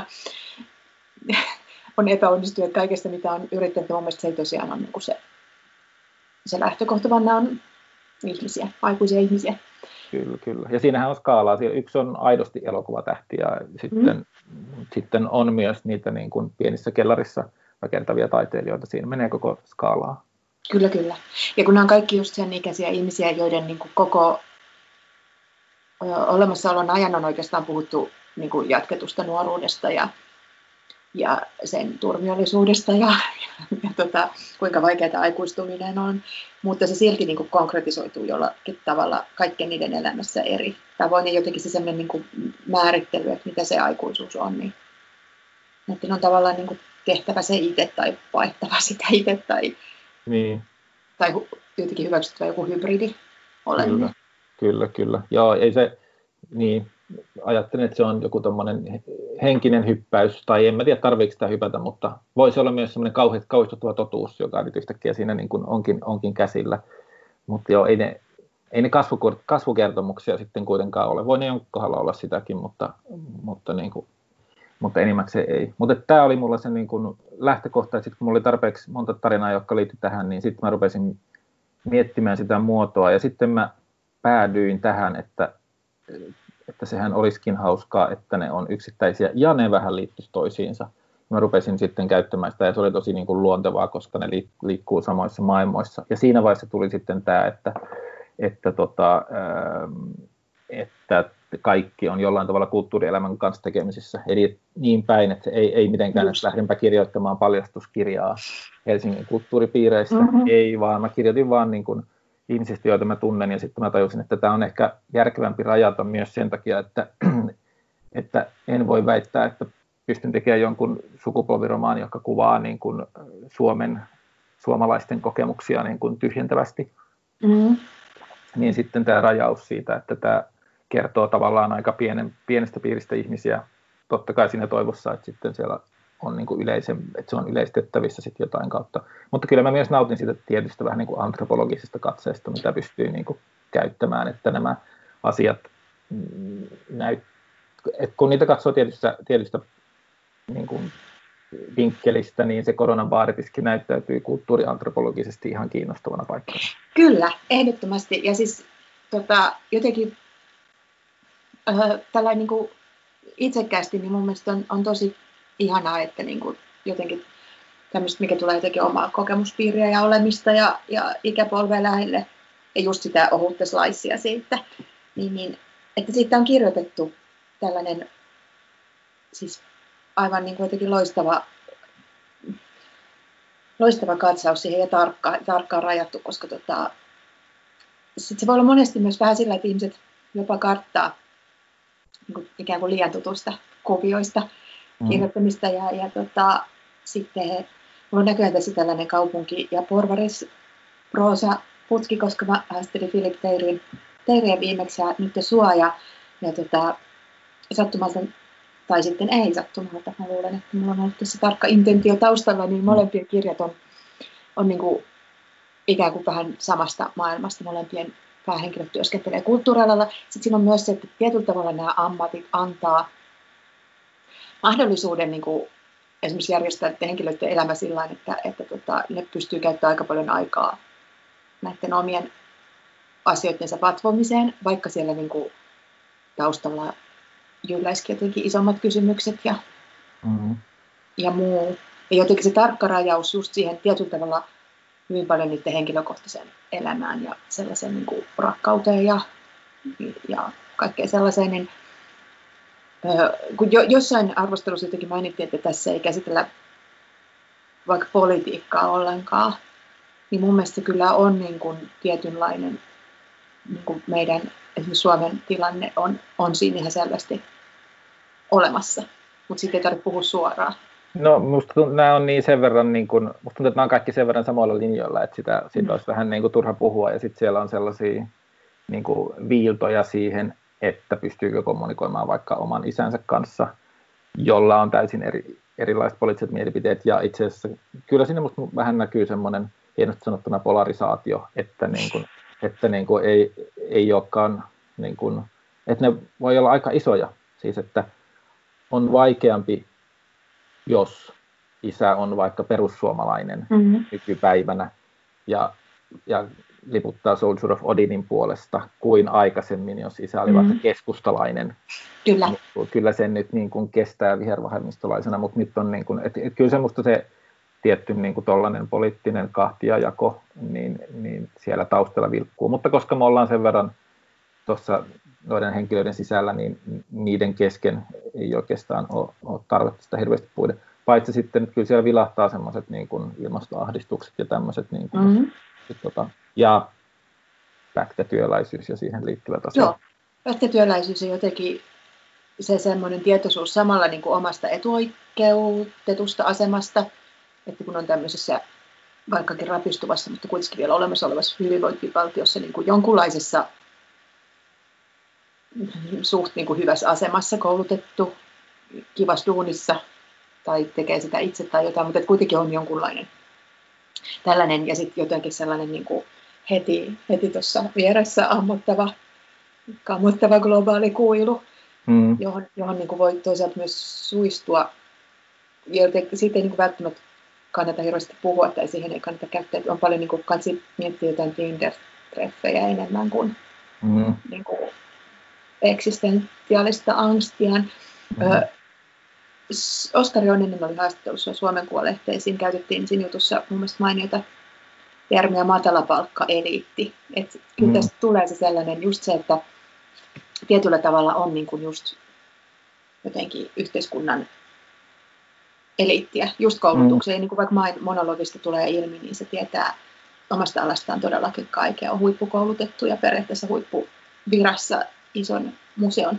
on epäonnistuneet kaikesta, mitä on yrittänyt. Mun mielestä se ei tosiaan ole niin se lähtökohta, vaan nämä on ihmisiä, aikuisia ihmisiä. Kyllä. Ja siinähän on skaalaa. Yksi on aidosti elokuvatähti ja sitten on myös niitä niin kuin pienissä kellarissa rakentavia taiteilijoita. Siinä menee koko skaalaa. Kyllä. Ja kun nämä on kaikki just sen ikäisiä ihmisiä, joiden niin kuin koko olemassaolon ajan on oikeastaan puhuttu niin kuin jatketusta nuoruudesta ja sen turmiollisuudesta ja kuinka vaikeaa aikuistuminen on, mutta se silti niin kuin konkretisoituu jollakin tavalla kaikkien niiden elämässä eri tavoin, ja jotenkin se sellainen niin kuin määrittely, että mitä se aikuisuus on, niin että on tavallaan niin kuin tehtävä se itse tai paettava sitä itse tai jotenkin hyväksyttävä joku hybridi oleminen. Kyllä. Joo, ei se, niin, ajattelen, että se on joku tommoinen henkinen hyppäys, tai en mä tiedä tarviiko sitä hypätä, mutta voisi olla myös semmoinen kauhistuttava totuus, joka nyt yhtäkkiä siinä niin kuin onkin käsillä. Mutta joo, ei ne kasvukertomuksia sitten kuitenkaan ole. Voi ne jonkun kohdalla olla sitäkin, mutta enimmäkseen ei. Mutta tämä oli mulla se niin kuin lähtökohta, että sitten kun mulla oli tarpeeksi monta tarinaa, jotka liittyi tähän, niin sitten mä rupesin miettimään sitä muotoa, ja sitten mä päädyin tähän, että sehän olisikin hauskaa, että ne on yksittäisiä ja ne vähän liittyisi toisiinsa. Mä rupesin sitten käyttämään sitä ja se oli tosi niin kuin luontevaa, koska ne liikkuu samoissa maailmoissa. Ja siinä vaiheessa tuli sitten tämä, että kaikki on jollain tavalla kulttuurielämän kanssa tekemisissä. Eli niin päin, että se ei mitenkään, että lähdenpä kirjoittamaan paljastuskirjaa Helsingin kulttuuripiireistä. Ei vaan, mä kirjoitin vaan niin kuin ihmisistä, joita mä tunnen, ja sitten mä tajusin, että tämä on ehkä järkevämpi rajata myös sen takia, että en voi väittää, että pystyn tekemään jonkun sukupolviromaani, joka kuvaa niin kuin suomalaisten kokemuksia niin kuin tyhjentävästi. Niin sitten tämä rajaus siitä, että tämä kertoo tavallaan aika pienestä piiristä ihmisiä, totta kai siinä toivossa, että sitten siellä on niin kuin että se on yleistettävissä sitten jotain kautta. Mutta kyllä mä myös nautin siitä tietystä vähän niin kuin antropologisesta katseesta, mitä pystyy niin kuin käyttämään, että nämä asiat että kun niitä katsoo tietystä niin kuin vinkkelistä, niin se koronabaaritiski näyttäytyy kulttuuriantropologisesti ihan kiinnostavana paikkana. Kyllä, ehdottomasti. Ja siis jotenkin tällainen niin kuin itsekkäästi, niin mun mielestä on tosi ihanaa, että niin kuin jotenkin tämmöistä, mikä tulee jotenkin omaa kokemuspiiriä ja olemista ja ikäpolvea lähelle, ja just sitä ohutta slaissia siitä, niin, että siitä on kirjoitettu tällainen siis aivan niin kuin jotenkin loistava katsaus siihen ja tarkkaan rajattu, koska sitten se voi olla monesti myös vähän sillä, että ihmiset jopa karttaa niin kuin ikään kuin liian tutusta kuvioista kirjoittamista. Ja sitten mulla on näköjään tässä tällainen kaupunki- ja porvarisproosa-putki, koska mä haastelin Philip Teiriä viimeksi ja nyt sua. Ja sattumalta, tai sitten ei sattumalta, mä luulen, että mulla on ollut tässä tarkka intentio taustalla, niin molempien kirjat on niin kuin ikään kuin vähän samasta maailmasta. Molempien päähenkilöt työskentelee kulttuurialalla. Sitten siinä on myös se, että tietyllä tavalla nämä ammatit antaa mahdollisuuden niin kuin esimerkiksi järjestää henkilöiden elämä sillä tavalla, että ne pystyy käyttämään aika paljon aikaa näiden omien asioidensa vatvomiseen, vaikka siellä niin kuin taustalla jylläisikin jotenkin isommat kysymykset ja muu. Ja jotenkin se tarkka rajaus just siihen tietyllä tavalla hyvin paljon niiden henkilökohtaiseen elämään ja sellaiseen niin kuin rakkauteen ja kaikkeen sellaiseen, niin kun jossain arvostelussa jotenkin mainittiin, että tässä ei käsitellä vaikka politiikkaa ollenkaan, niin mun mielestä kyllä on niin kuin tietynlainen niin kuin meidän esimerkiksi Suomen tilanne on siinä ihan selvästi olemassa, mutta siitä ei tarvitse puhua suoraan. No musta nämä on niin sen verran, niin kun, musta tuntuu, että nämä on kaikki sen verran samoilla linjoilla, että siitä olisi vähän niin kuin turha puhua, ja sitten siellä on sellaisia niin kuin viiltoja siihen, että pystyykö kommunikoimaan vaikka oman isänsä kanssa, jolla on täysin erilaiset poliittiset mielipiteet, ja itse asiassa kyllä siinä musta vähän näkyy semmoinen hienosti sanottuna polarisaatio, että ei olekaan, niin kuin, että ne voi olla aika isoja, siis että on vaikeampi, jos isä on vaikka perussuomalainen nykypäivänä ja liputtaa Soldier of Odinin puolesta kuin aikaisemmin, jos isä oli vaikka keskustalainen. Kyllä. Kyllä sen nyt niin kuin kestää vihervahemmistolaisena, mutta nyt on niin kuin, että kyllä semmoista se tietty niin kuin tollainen poliittinen kahtiajako, niin siellä taustalla vilkkuu. Mutta koska me ollaan sen verran tuossa noiden henkilöiden sisällä, niin niiden kesken ei oikeastaan ole tarvetta sitä hirveästi puida. Paitsi sitten, että kyllä siellä vilahtaa semmoiset niin kuin ilmastoahdistukset ja tämmöiset, niin kuin, ja pätkätyöläisyys ja siihen liittyvät asiat. Joo, pätkätyöläisyys on jotenkin se semmoinen tietoisuus samalla niin kuin omasta etuoikeutetusta asemasta, että kun on tämmöisessä vaikkakin rapistuvassa, mutta kuitenkin vielä olemassa olevassa hyvinvointivaltiossa niin kuin jonkunlaisessa suht niin kuin hyvässä asemassa koulutettu, kivassa duunissa tai tekee sitä itse tai jotain, mutta kuitenkin on jonkunlainen tällainen ja sitten jotenkin sellainen niin kuin heti tuossa vieressä kammottava globaali kuilu, johon niin kuin voi toisaalta myös suistua. Siitä ei niin kuin välttämättä kannata hirveästi puhua tai siihen ei kannata käyttää. On paljon niin kuin kansi miettiä jotain Tinder-treffejä enemmän kuin, niin kuin eksistentiaalista angstiaan. Oskari Onninen oli haastattelussa Suomen Kuva-lehteen. Siinä käytettiin siinä jutussa mun mielestä mainiota termiä matalapalkka-eliitti. Että kyllä tästä tulee se sellainen just se, että tietyllä tavalla on niin kuin just jotenkin yhteiskunnan eliittiä, just koulutukseen. Ja niin kuin vaikka monologista tulee ilmi, niin se tietää omasta alastaan todellakin kaikkea. On huippukoulutettu ja periaatteessa huippuvirassa ison museon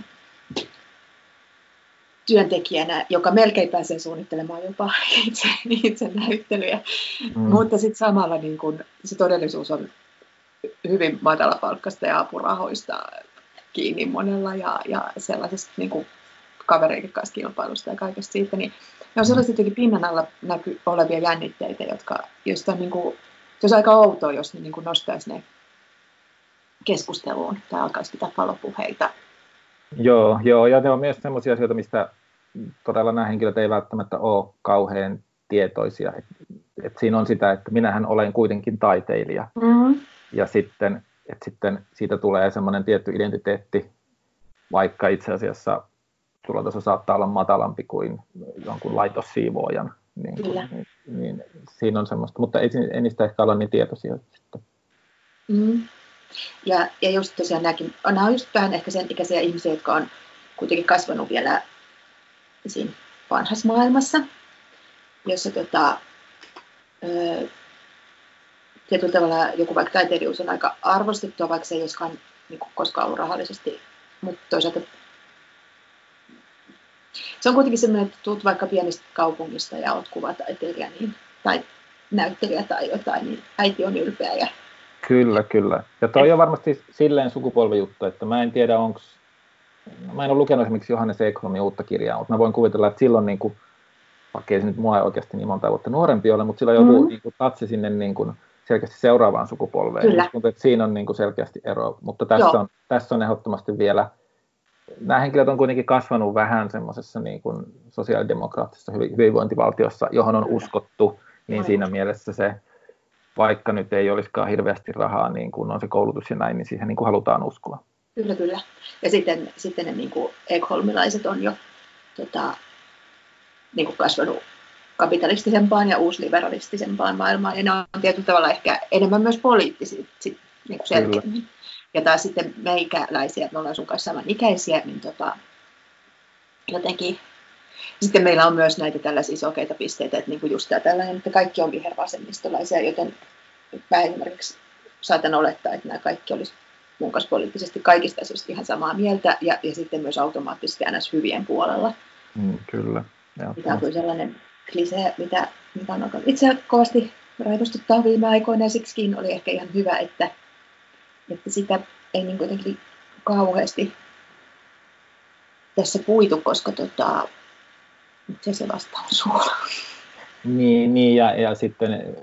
työntekijänä, joka melkein pääsee suunnittelemaan jopa itse näyttelyjä. Mutta sitten samalla niin kun, se todellisuus on hyvin matalapalkkasta ja apurahoista kiinni monella ja sellaisesta niin kuin kavereiden kanssa kilpailusta ja kaikesta siitä. Niin ne on sellaiset jotenkin pinnan alla olevia jännitteitä, joista on niin kuin, se olisi aika outoa, jos ne niin kuin nostaisi ne keskusteluun tai alkaisi pitää palopuheita. Joo, ja ne on myös sellaisia asioita, mistä todella nämä henkilöt ei välttämättä ole kauhean tietoisia. Et siinä on sitä, että minähän olen kuitenkin taiteilija. Ja sitten siitä tulee semmoinen tietty identiteetti, vaikka itse asiassa tulotaso saattaa olla matalampi kuin jonkun laitossiivoojan. Niin siinä on semmoista, mutta ei niistä ehkä olla niin tietoisia sitten. Ja just tosiaan nämä on just vähän ehkä sen ikäisiä ihmisiä, jotka on kuitenkin kasvanut vielä siinä vanhassa maailmassa, jossa tietyllä tavalla joku vaikka taiteilijuus on aika arvostettua, vaikka se ei olisikaan niin kuin koskaan ollut rahallisesti, mutta toisaalta se on kuitenkin sellainen, että tulet vaikka pienestä kaupungista ja olet kuvataiteilija tai näyttelijä tai jotain, niin äiti on ylpeä. Ja... Kyllä. Ja toi on varmasti silleen sukupolvijuttu, että mä en tiedä mä en ole lukenut esimerkiksi Johannes Ekholmin uutta kirjaa, mutta mä voin kuvitella, että silloin niin kuin, vaikka ei se nyt mua ei oikeasti niin monta vuotta nuorempi ole, mutta sillä joku niin kuin, tatsi sinne niin kuin, selkeästi seuraavaan sukupolveen. Kyllä. Uskon, että siinä on niin kuin, selkeästi ero, mutta tässä on ehdottomasti vielä, nämä henkilöt on kuitenkin kasvanut vähän semmoisessa niin kuin sosiaalidemokraattisessa hyvinvointivaltiossa, johon on uskottu, niin siinä mielessä se, vaikka nyt ei olisikaan hirveästi rahaa, niin kun on se koulutus ja näin, niin siihen niin kuin halutaan uskoa. Kyllä. Ja sitten ne niin kuin ekholmilaiset on jo niin kuin kasvanut kapitalistisempaan ja uusliberalistisempaan maailmaan, ja ne on tietyllä tavalla ehkä enemmän myös poliittisia niin kuin selkeämmin. Ja taas sitten meikäläisiä, että me ollaan sun kanssa samanikäisiä, niin jotenkin... Sitten meillä on myös näitä tällaisia sokeita pisteitä, että niin kuin just tällainen, että kaikki on vihervasemmistolaisia, joten mä esimerkiksi saatan olettaa, että nämä kaikki olisi mun kanssa poliittisesti kaikista asioista ihan samaa mieltä, ja sitten myös automaattisesti aina hyvien puolella. Kyllä. Tämä on sellainen klisee, mitä on alkanut itse kovasti raivostuttaa viime aikoina, ja siksikin oli ehkä ihan hyvä, että sitä ei niin kuitenkin kauheasti tässä puitu, koska se vastaa suoraan. Niin ja sitten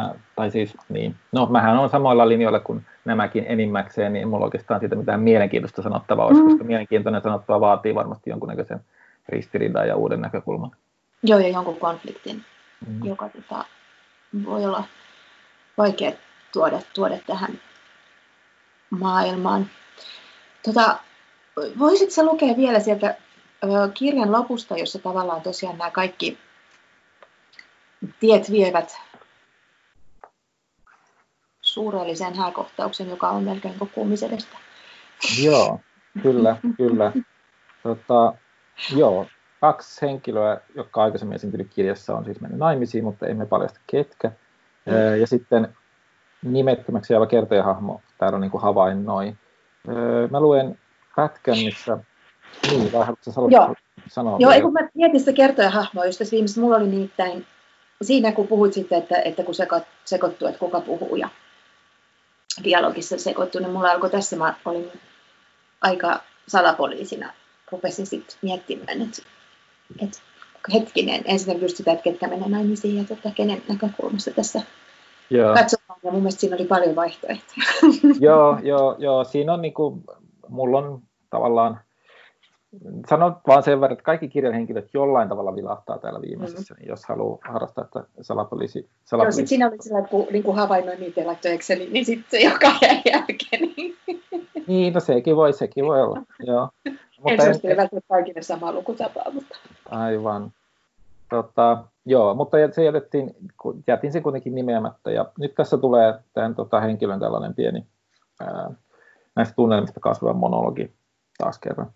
mähän on samoilla linjoilla kuin nämäkin enimmäkseen, niin ei mulla oikeastaan siitä mitään mielenkiintoista sanottavaa olisi, koska mielenkiintoinen sanottava vaatii varmasti jonkunnäköisen ristiriidan ja uuden näkökulman. Joo, ja jonkun konfliktin, joka voi olla vaikea tuoda tähän maailmaan. Voisitko sä lukea vielä sieltä kirjan lopusta, jossa tavallaan tosiaan nämä kaikki tiet vievät suurelliseen hääkohtauksen, joka on melkein kuin Kummisedestä. Joo, kyllä. Joo, 2 henkilöä, jotka aikaisemmin esiintynyt kirjassa, on siis mennyt naimisiin, mutta emme paljasta ketkä. Ja sitten nimettömäksi jäävä kertojahahmo täällä on niin kuin havainnoi. Mä luen pätkän, missä... Niin, vai haluatko sanoa? Joo, kun mä mietin sitä kertojahahmoa, just tässä viimeisessä mulla oli nimittäin, siinä kun puhuit sitten, että kun sekoittuu, että kuka puhuu ja dialogissa sekoittuu, niin mulla alkoi tässä, mä olin aika salapoliisina, rupesin sitten miettimään, että hetkinen, ensin just sitä, että ketkä menee naimisiin ja kenen näkökulmasta tässä katsotaan, ja mun mielestä siinä oli paljon vaihtoehtoja. Joo, siinä on niinku, mulla on tavallaan, sanon vaan sen verran, että kaikki kirjahenkilöt jollain tavalla vilahtaa täällä viimeisessä, niin jos haluaa harrastaa, että salapoliisi... Joo, sitten siinä oli sellainen, kun niin havainnoin niitä ja laittoi Exceliin, niin sitten se joka jäi jälkeen. Niin, no sekin voi olla, joo. En suosittele välttämättä kaikille samaa lukutapaa, mutta... Aivan. Joo, mutta se jätin sen kuitenkin nimeämättä, ja nyt tässä tulee tämän henkilön tällainen pieni näistä tunnelmista kasvava monologi taas kerran.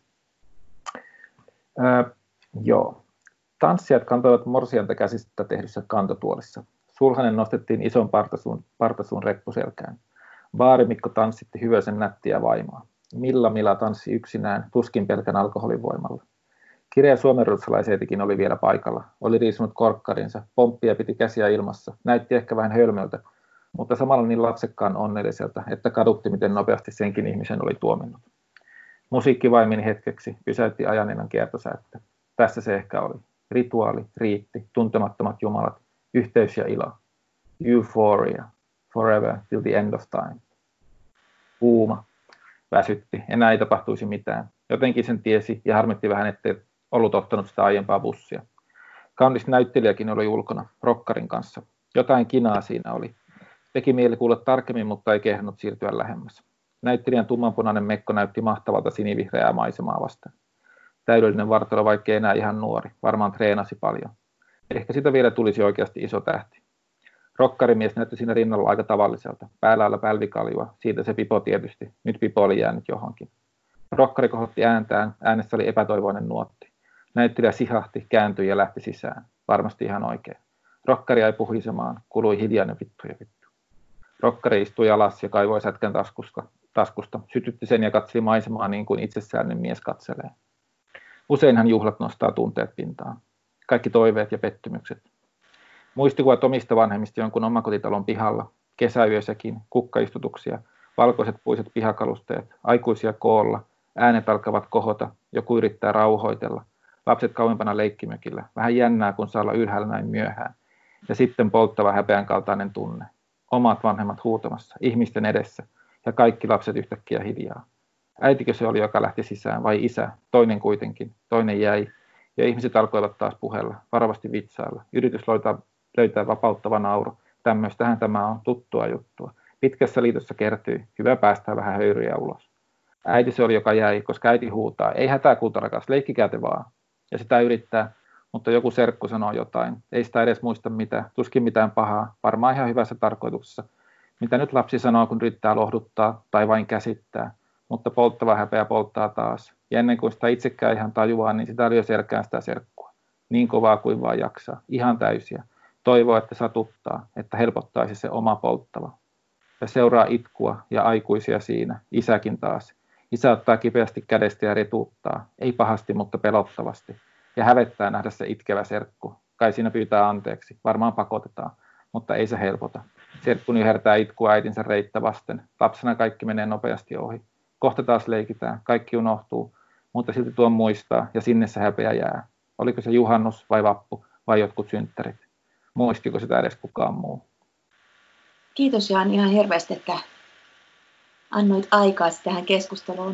Joo. Tanssijat kantoivat morsianta käsistä tehdyssä kantotuolissa. Sulhanen nostettiin ison partasuun reppuselkään. Baarimikko tanssitti Hyvösen nättiä vaimoa. Milla tanssi yksinään, tuskin pelkän alkoholin voimalla. Kireä suomenruotsalaiseetikin oli vielä paikalla. Oli riisunut korkkarinsa, pomppia piti käsiä ilmassa, näytti ehkä vähän hölmöltä, mutta samalla niin lapsekkaan onnelliselta, että kadutti miten nopeasti senkin ihmisen oli tuominnut. Musiikki vaimeni hetkeksi, pysäytti ajaninnan kiertosäyttä. Tässä se ehkä oli. Rituaali, riitti, tuntemattomat jumalat, yhteys ja ilo. Euphoria, forever till the end of time. Kuuma, väsytti, enää ei tapahtuisi mitään. Jotenkin sen tiesi ja harmitti vähän, ettei ollut ottanut sitä aiempaa bussia. Kaunis näyttelijäkin oli ulkona, rokkarin kanssa. Jotain kinaa siinä oli. Teki mieli kuulla tarkemmin, mutta ei kehdannut siirtyä lähemmäs. Näyttelijän tummanpunainen mekko näytti mahtavalta sinivihreää maisemaa vastaan. Täydellinen vartalo, vaikkei enää ihan nuori. Varmaan treenasi paljon. Ehkä sitä vielä tulisi oikeasti iso tähti. Rokkarimies näytti siinä rinnalla aika tavalliselta. Päällä alla pälvikaljua. Siitä se pipo tietysti. Nyt pipo oli jäänyt johonkin. Rokkari kohotti ääntään. Äänessä oli epätoivoinen nuotti. Näyttelijä sihahti, kääntyi ja lähti sisään. Varmasti ihan oikein. Rokkari jäi puhisemaan. Kului hiljainen vittu ja vittu. Rokkari istui alas ja kaivoi sätkän taskusta, sytytti sen ja katseli maisemaa niin kuin itsessäinen mies katselee. Useinhan juhlat nostaa tunteet pintaan. Kaikki toiveet ja pettymykset. Muistikuvat omista vanhemmista jonkun omakotitalon pihalla, kesäyössäkin, kukkaistutuksia, valkoiset puiset pihakalusteet, aikuisia koolla, äänet alkavat kohota, joku yrittää rauhoitella, lapset kauempana leikkimökillä, vähän jännää kun saa olla ylhäällä näin myöhään, ja sitten polttava häpeän kaltainen tunne. Omat vanhemmat huutamassa, ihmisten edessä, ja kaikki lapset yhtäkkiä hiljaa. Äitikö se oli, joka lähti sisään, vai isä, toinen kuitenkin, toinen jäi, ja ihmiset alkoivat taas puhella, varovasti vitsailla, yritys löytää vapauttava nauru, tämmöistähän tämä on, tuttua juttua. Pitkässä liitossa kertyi, hyvä päästää vähän höyryjä ulos. Äiti se oli, joka jäi, koska äiti huutaa, ei hätää kultarakas, leikkikää te vaan. Ja sitä yrittää, mutta joku serkku sanoo jotain, ei sitä edes muista mitään, tuskin mitään pahaa, varmaan ihan hyvässä tarkoituksessa. Mitä nyt lapsi sanoo, kun yrittää lohduttaa tai vain käsittää, mutta polttava häpeä polttaa taas. Ja ennen kuin sitä itsekään ihan tajuaa, niin sitä lyö selkään sitä serkkua. Niin kovaa kuin vaan jaksaa, ihan täysiä. Toivoo, että satuttaa, että helpottaisi se oma polttava. Ja seuraa itkua ja aikuisia siinä, isäkin taas. Isä ottaa kipeästi kädestä ja retuuttaa, ei pahasti, mutta pelottavasti. Ja hävettää nähdä se itkevä serkku. Kai siinä pyytää anteeksi, varmaan pakotetaan, mutta ei se helpota. Serkku nyhertää itkua äitinsä reittä vasten. Lapsena kaikki menee nopeasti ohi. Kohta taas leikitään, kaikki unohtuu, mutta silti tuon muistaa ja sinne se häpeä jää. Oliko se juhannus vai vappu vai jotkut synttärit? Muistiko sitä edes kukaan muu? Kiitos Jaan ihan hirveästi, että annoit aikaa tähän keskusteluun.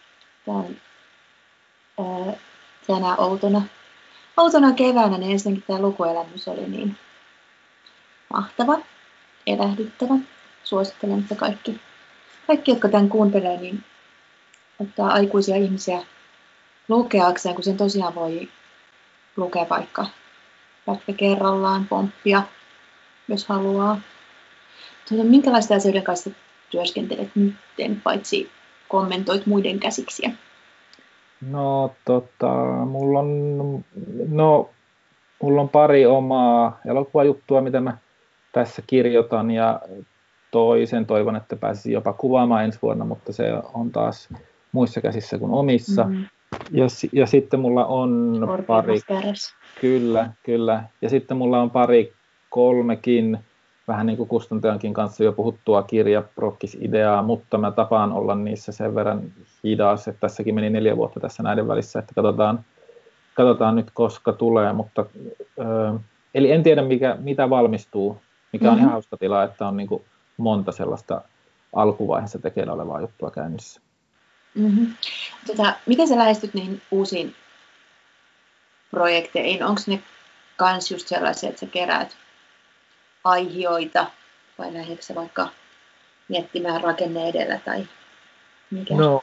Tänä outona keväänä, niin ensinnäkin tämä lukuelämys oli niin mahtava, elähdyttävä. Suosittelen, että kaikki, jotka tämän kuuntelee, niin ottaa aikuisia ihmisiä lukeakseen, kun sen tosiaan voi lukea vaikka pätkä kerrallaan, pomppia, jos haluaa. Minkälaisten asioiden kanssa työskentelet nyt, paitsi kommentoit muiden käsiksiä? No, mulla on pari omaa elokuvajuttua, mitä mä tässä kirjoitan, ja toivon, että pääsisin jopa kuvaamaan ensi vuonna, mutta se on taas muissa käsissä kuin omissa. Mm-hmm. Ja sitten mulla on Kyllä. Ja sitten mulla on kolmekin vähän niin kuin kustantajankin kanssa jo puhuttua kirjaprokkis-ideaa, mutta mä tapaan olla niissä sen verran hidas, että tässäkin meni 4 vuotta tässä näiden välissä, että katsotaan nyt koska tulee, mutta eli en tiedä mitä valmistuu, mikä on ihan hauska tila, että on niin kuin monta sellaista alkuvaiheessa tekeillä olevaa juttua käynnissä. Mm-hmm. Miten sä lähestyt niihin uusiin projekteihin? Onko ne kans just sellaisia, että sä keräät aihioita vai lähdetkö sä vaikka miettimään rakenne edellä tai mikä? No,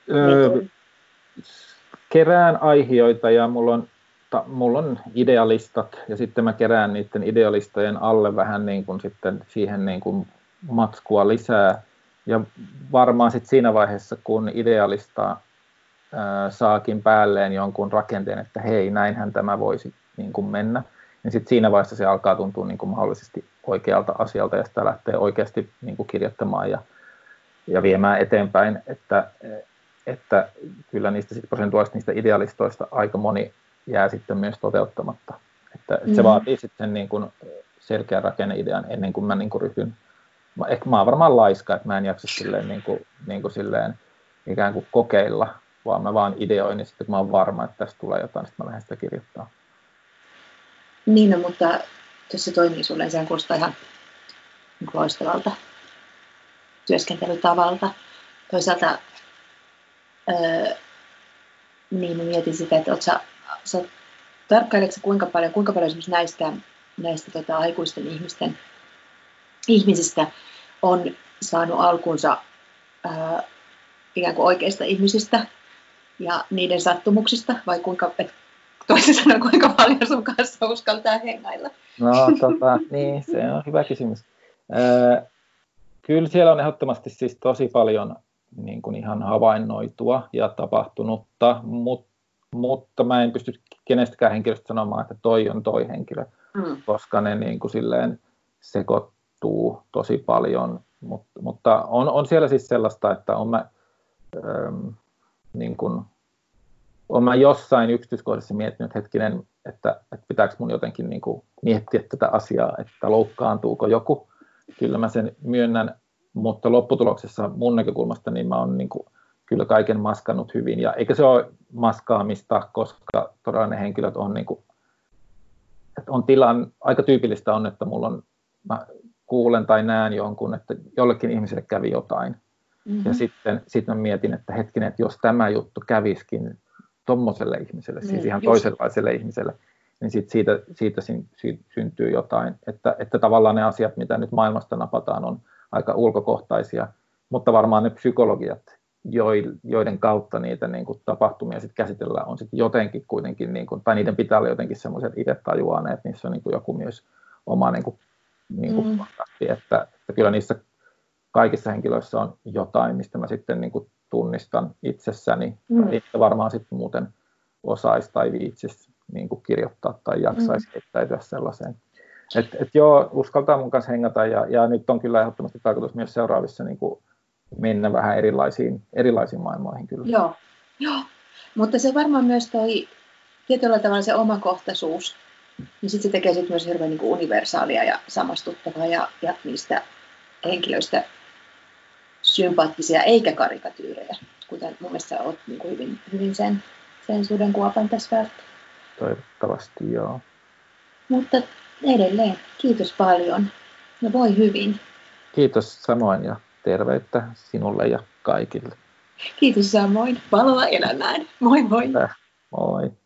kerään aihioita ja mulla on idealistat ja sitten mä kerään niiden idealistojen alle vähän niin kuin sitten siihen niin kuin matskua lisää. Ja varmaan sitten siinä vaiheessa, kun idealista saakin päälleen jonkun rakenteen, että hei, näinhän tämä voisi niin kuin mennä, niin sitten siinä vaiheessa se alkaa tuntua niin kuin mahdollisesti oikealta asialta ja sitä lähtee oikeasti niin kuin kirjoittamaan ja viemään eteenpäin, että kyllä niistä sit prosentuaalisesti niistä idealistoista aika moni jää sitten myös toteuttamatta. Että se vaatii sitten niin kuin selkeän rakenneidean ennen kuin mä niin kuin ryhdyn. Mä oon varmaan laiska, että mä en jaksa silleen, niin kuin silleen ikään kuin kokeilla, vaan mä vaan ideoin ja sitten kun mä oon varma, että tästä tulee jotain, sitten mä lähden sitä kirjoittamaan. Niin, no, mutta jos se toimii sulle, niin sehän kuulostaa ihan loistavalta työskentelytavalta. Toisaalta niin mä mietin sitä, että tarkkailetko kuinka paljon esimerkiksi näistä aikuisten ihmisistä on saanut alkunsa ikään kuin oikeista ihmisistä ja niiden sattumuksista, vai toisin sanoen, kuinka paljon sun kanssa uskaltaa hengailla? No niin, se on hyvä kysymys. Kyllä siellä on ehdottomasti siis tosi paljon niin kuin ihan havainnoitua ja tapahtunutta, mutta mä en pysty kenestäkään henkilöstä sanomaan, että toi on toi henkilö, koska ne niin kuin silleen muuttuu tosi paljon, mutta on siellä siis sellaista, että olen mä jossain yksityiskohdassa miettinyt hetkinen, että pitääkö mun jotenkin niin kuin miettiä tätä asiaa, että loukkaantuuko joku. Kyllä mä sen myönnän, mutta lopputuloksessa mun näkökulmasta niin mä oon niin kuin kyllä kaiken maskannut hyvin. Ja eikä se ole maskaamista, koska todella ne henkilöt on, niin kuin, että on aika tyypillistä on, että mä kuulen tai näen jonkun, että jollekin ihmiselle kävi jotain. Mm-hmm. Ja sitten mä mietin, että hetkinen, että jos tämä juttu käviskin tommoselle ihmiselle, siis ihan toisenlaiselle ihmiselle, niin siitä syntyy jotain. Että tavallaan ne asiat, mitä nyt maailmasta napataan, on aika ulkokohtaisia, mutta varmaan ne psykologiat, joiden kautta niitä niin kuin tapahtumia sit käsitellään, on sitten jotenkin kuitenkin, niin kuin, tai niiden pitää olla jotenkin semmoiset itse tajuaneet, että niissä on niin kuin joku myös oma niin kuin kontakti, että kyllä niissä kaikissa henkilöissä on jotain, mistä mä sitten niin kuin tunnistan itsessäni, tai varmaan sitten muuten osaisi tai viitsisi niin kuin kirjoittaa tai jaksaisi heittäytyä sellaiseen. Et joo, uskaltaa mun kanssa hengata, ja nyt on kyllä ehdottomasti tarkoitus myös seuraavissa niin kuin mennä vähän erilaisiin maailmoihin kyllä. Joo. Mutta se varmaan myös toi tietyllä tavalla se omakohtaisuus, niin sitten se tekee sit myös hirveän niin kuin universaalia ja samastuttavaa ja niistä henkilöistä sympaattisia eikä karikatyyrejä, kuten mun mielestä olet niin kuin hyvin sen sudenkuopan tässä välttämättä. Toivottavasti joo. Mutta edelleen, kiitos paljon ja voi hyvin. Kiitos samoin ja terveyttä sinulle ja kaikille. Kiitos samoin. Valoa elämään. Moi moi. Moi.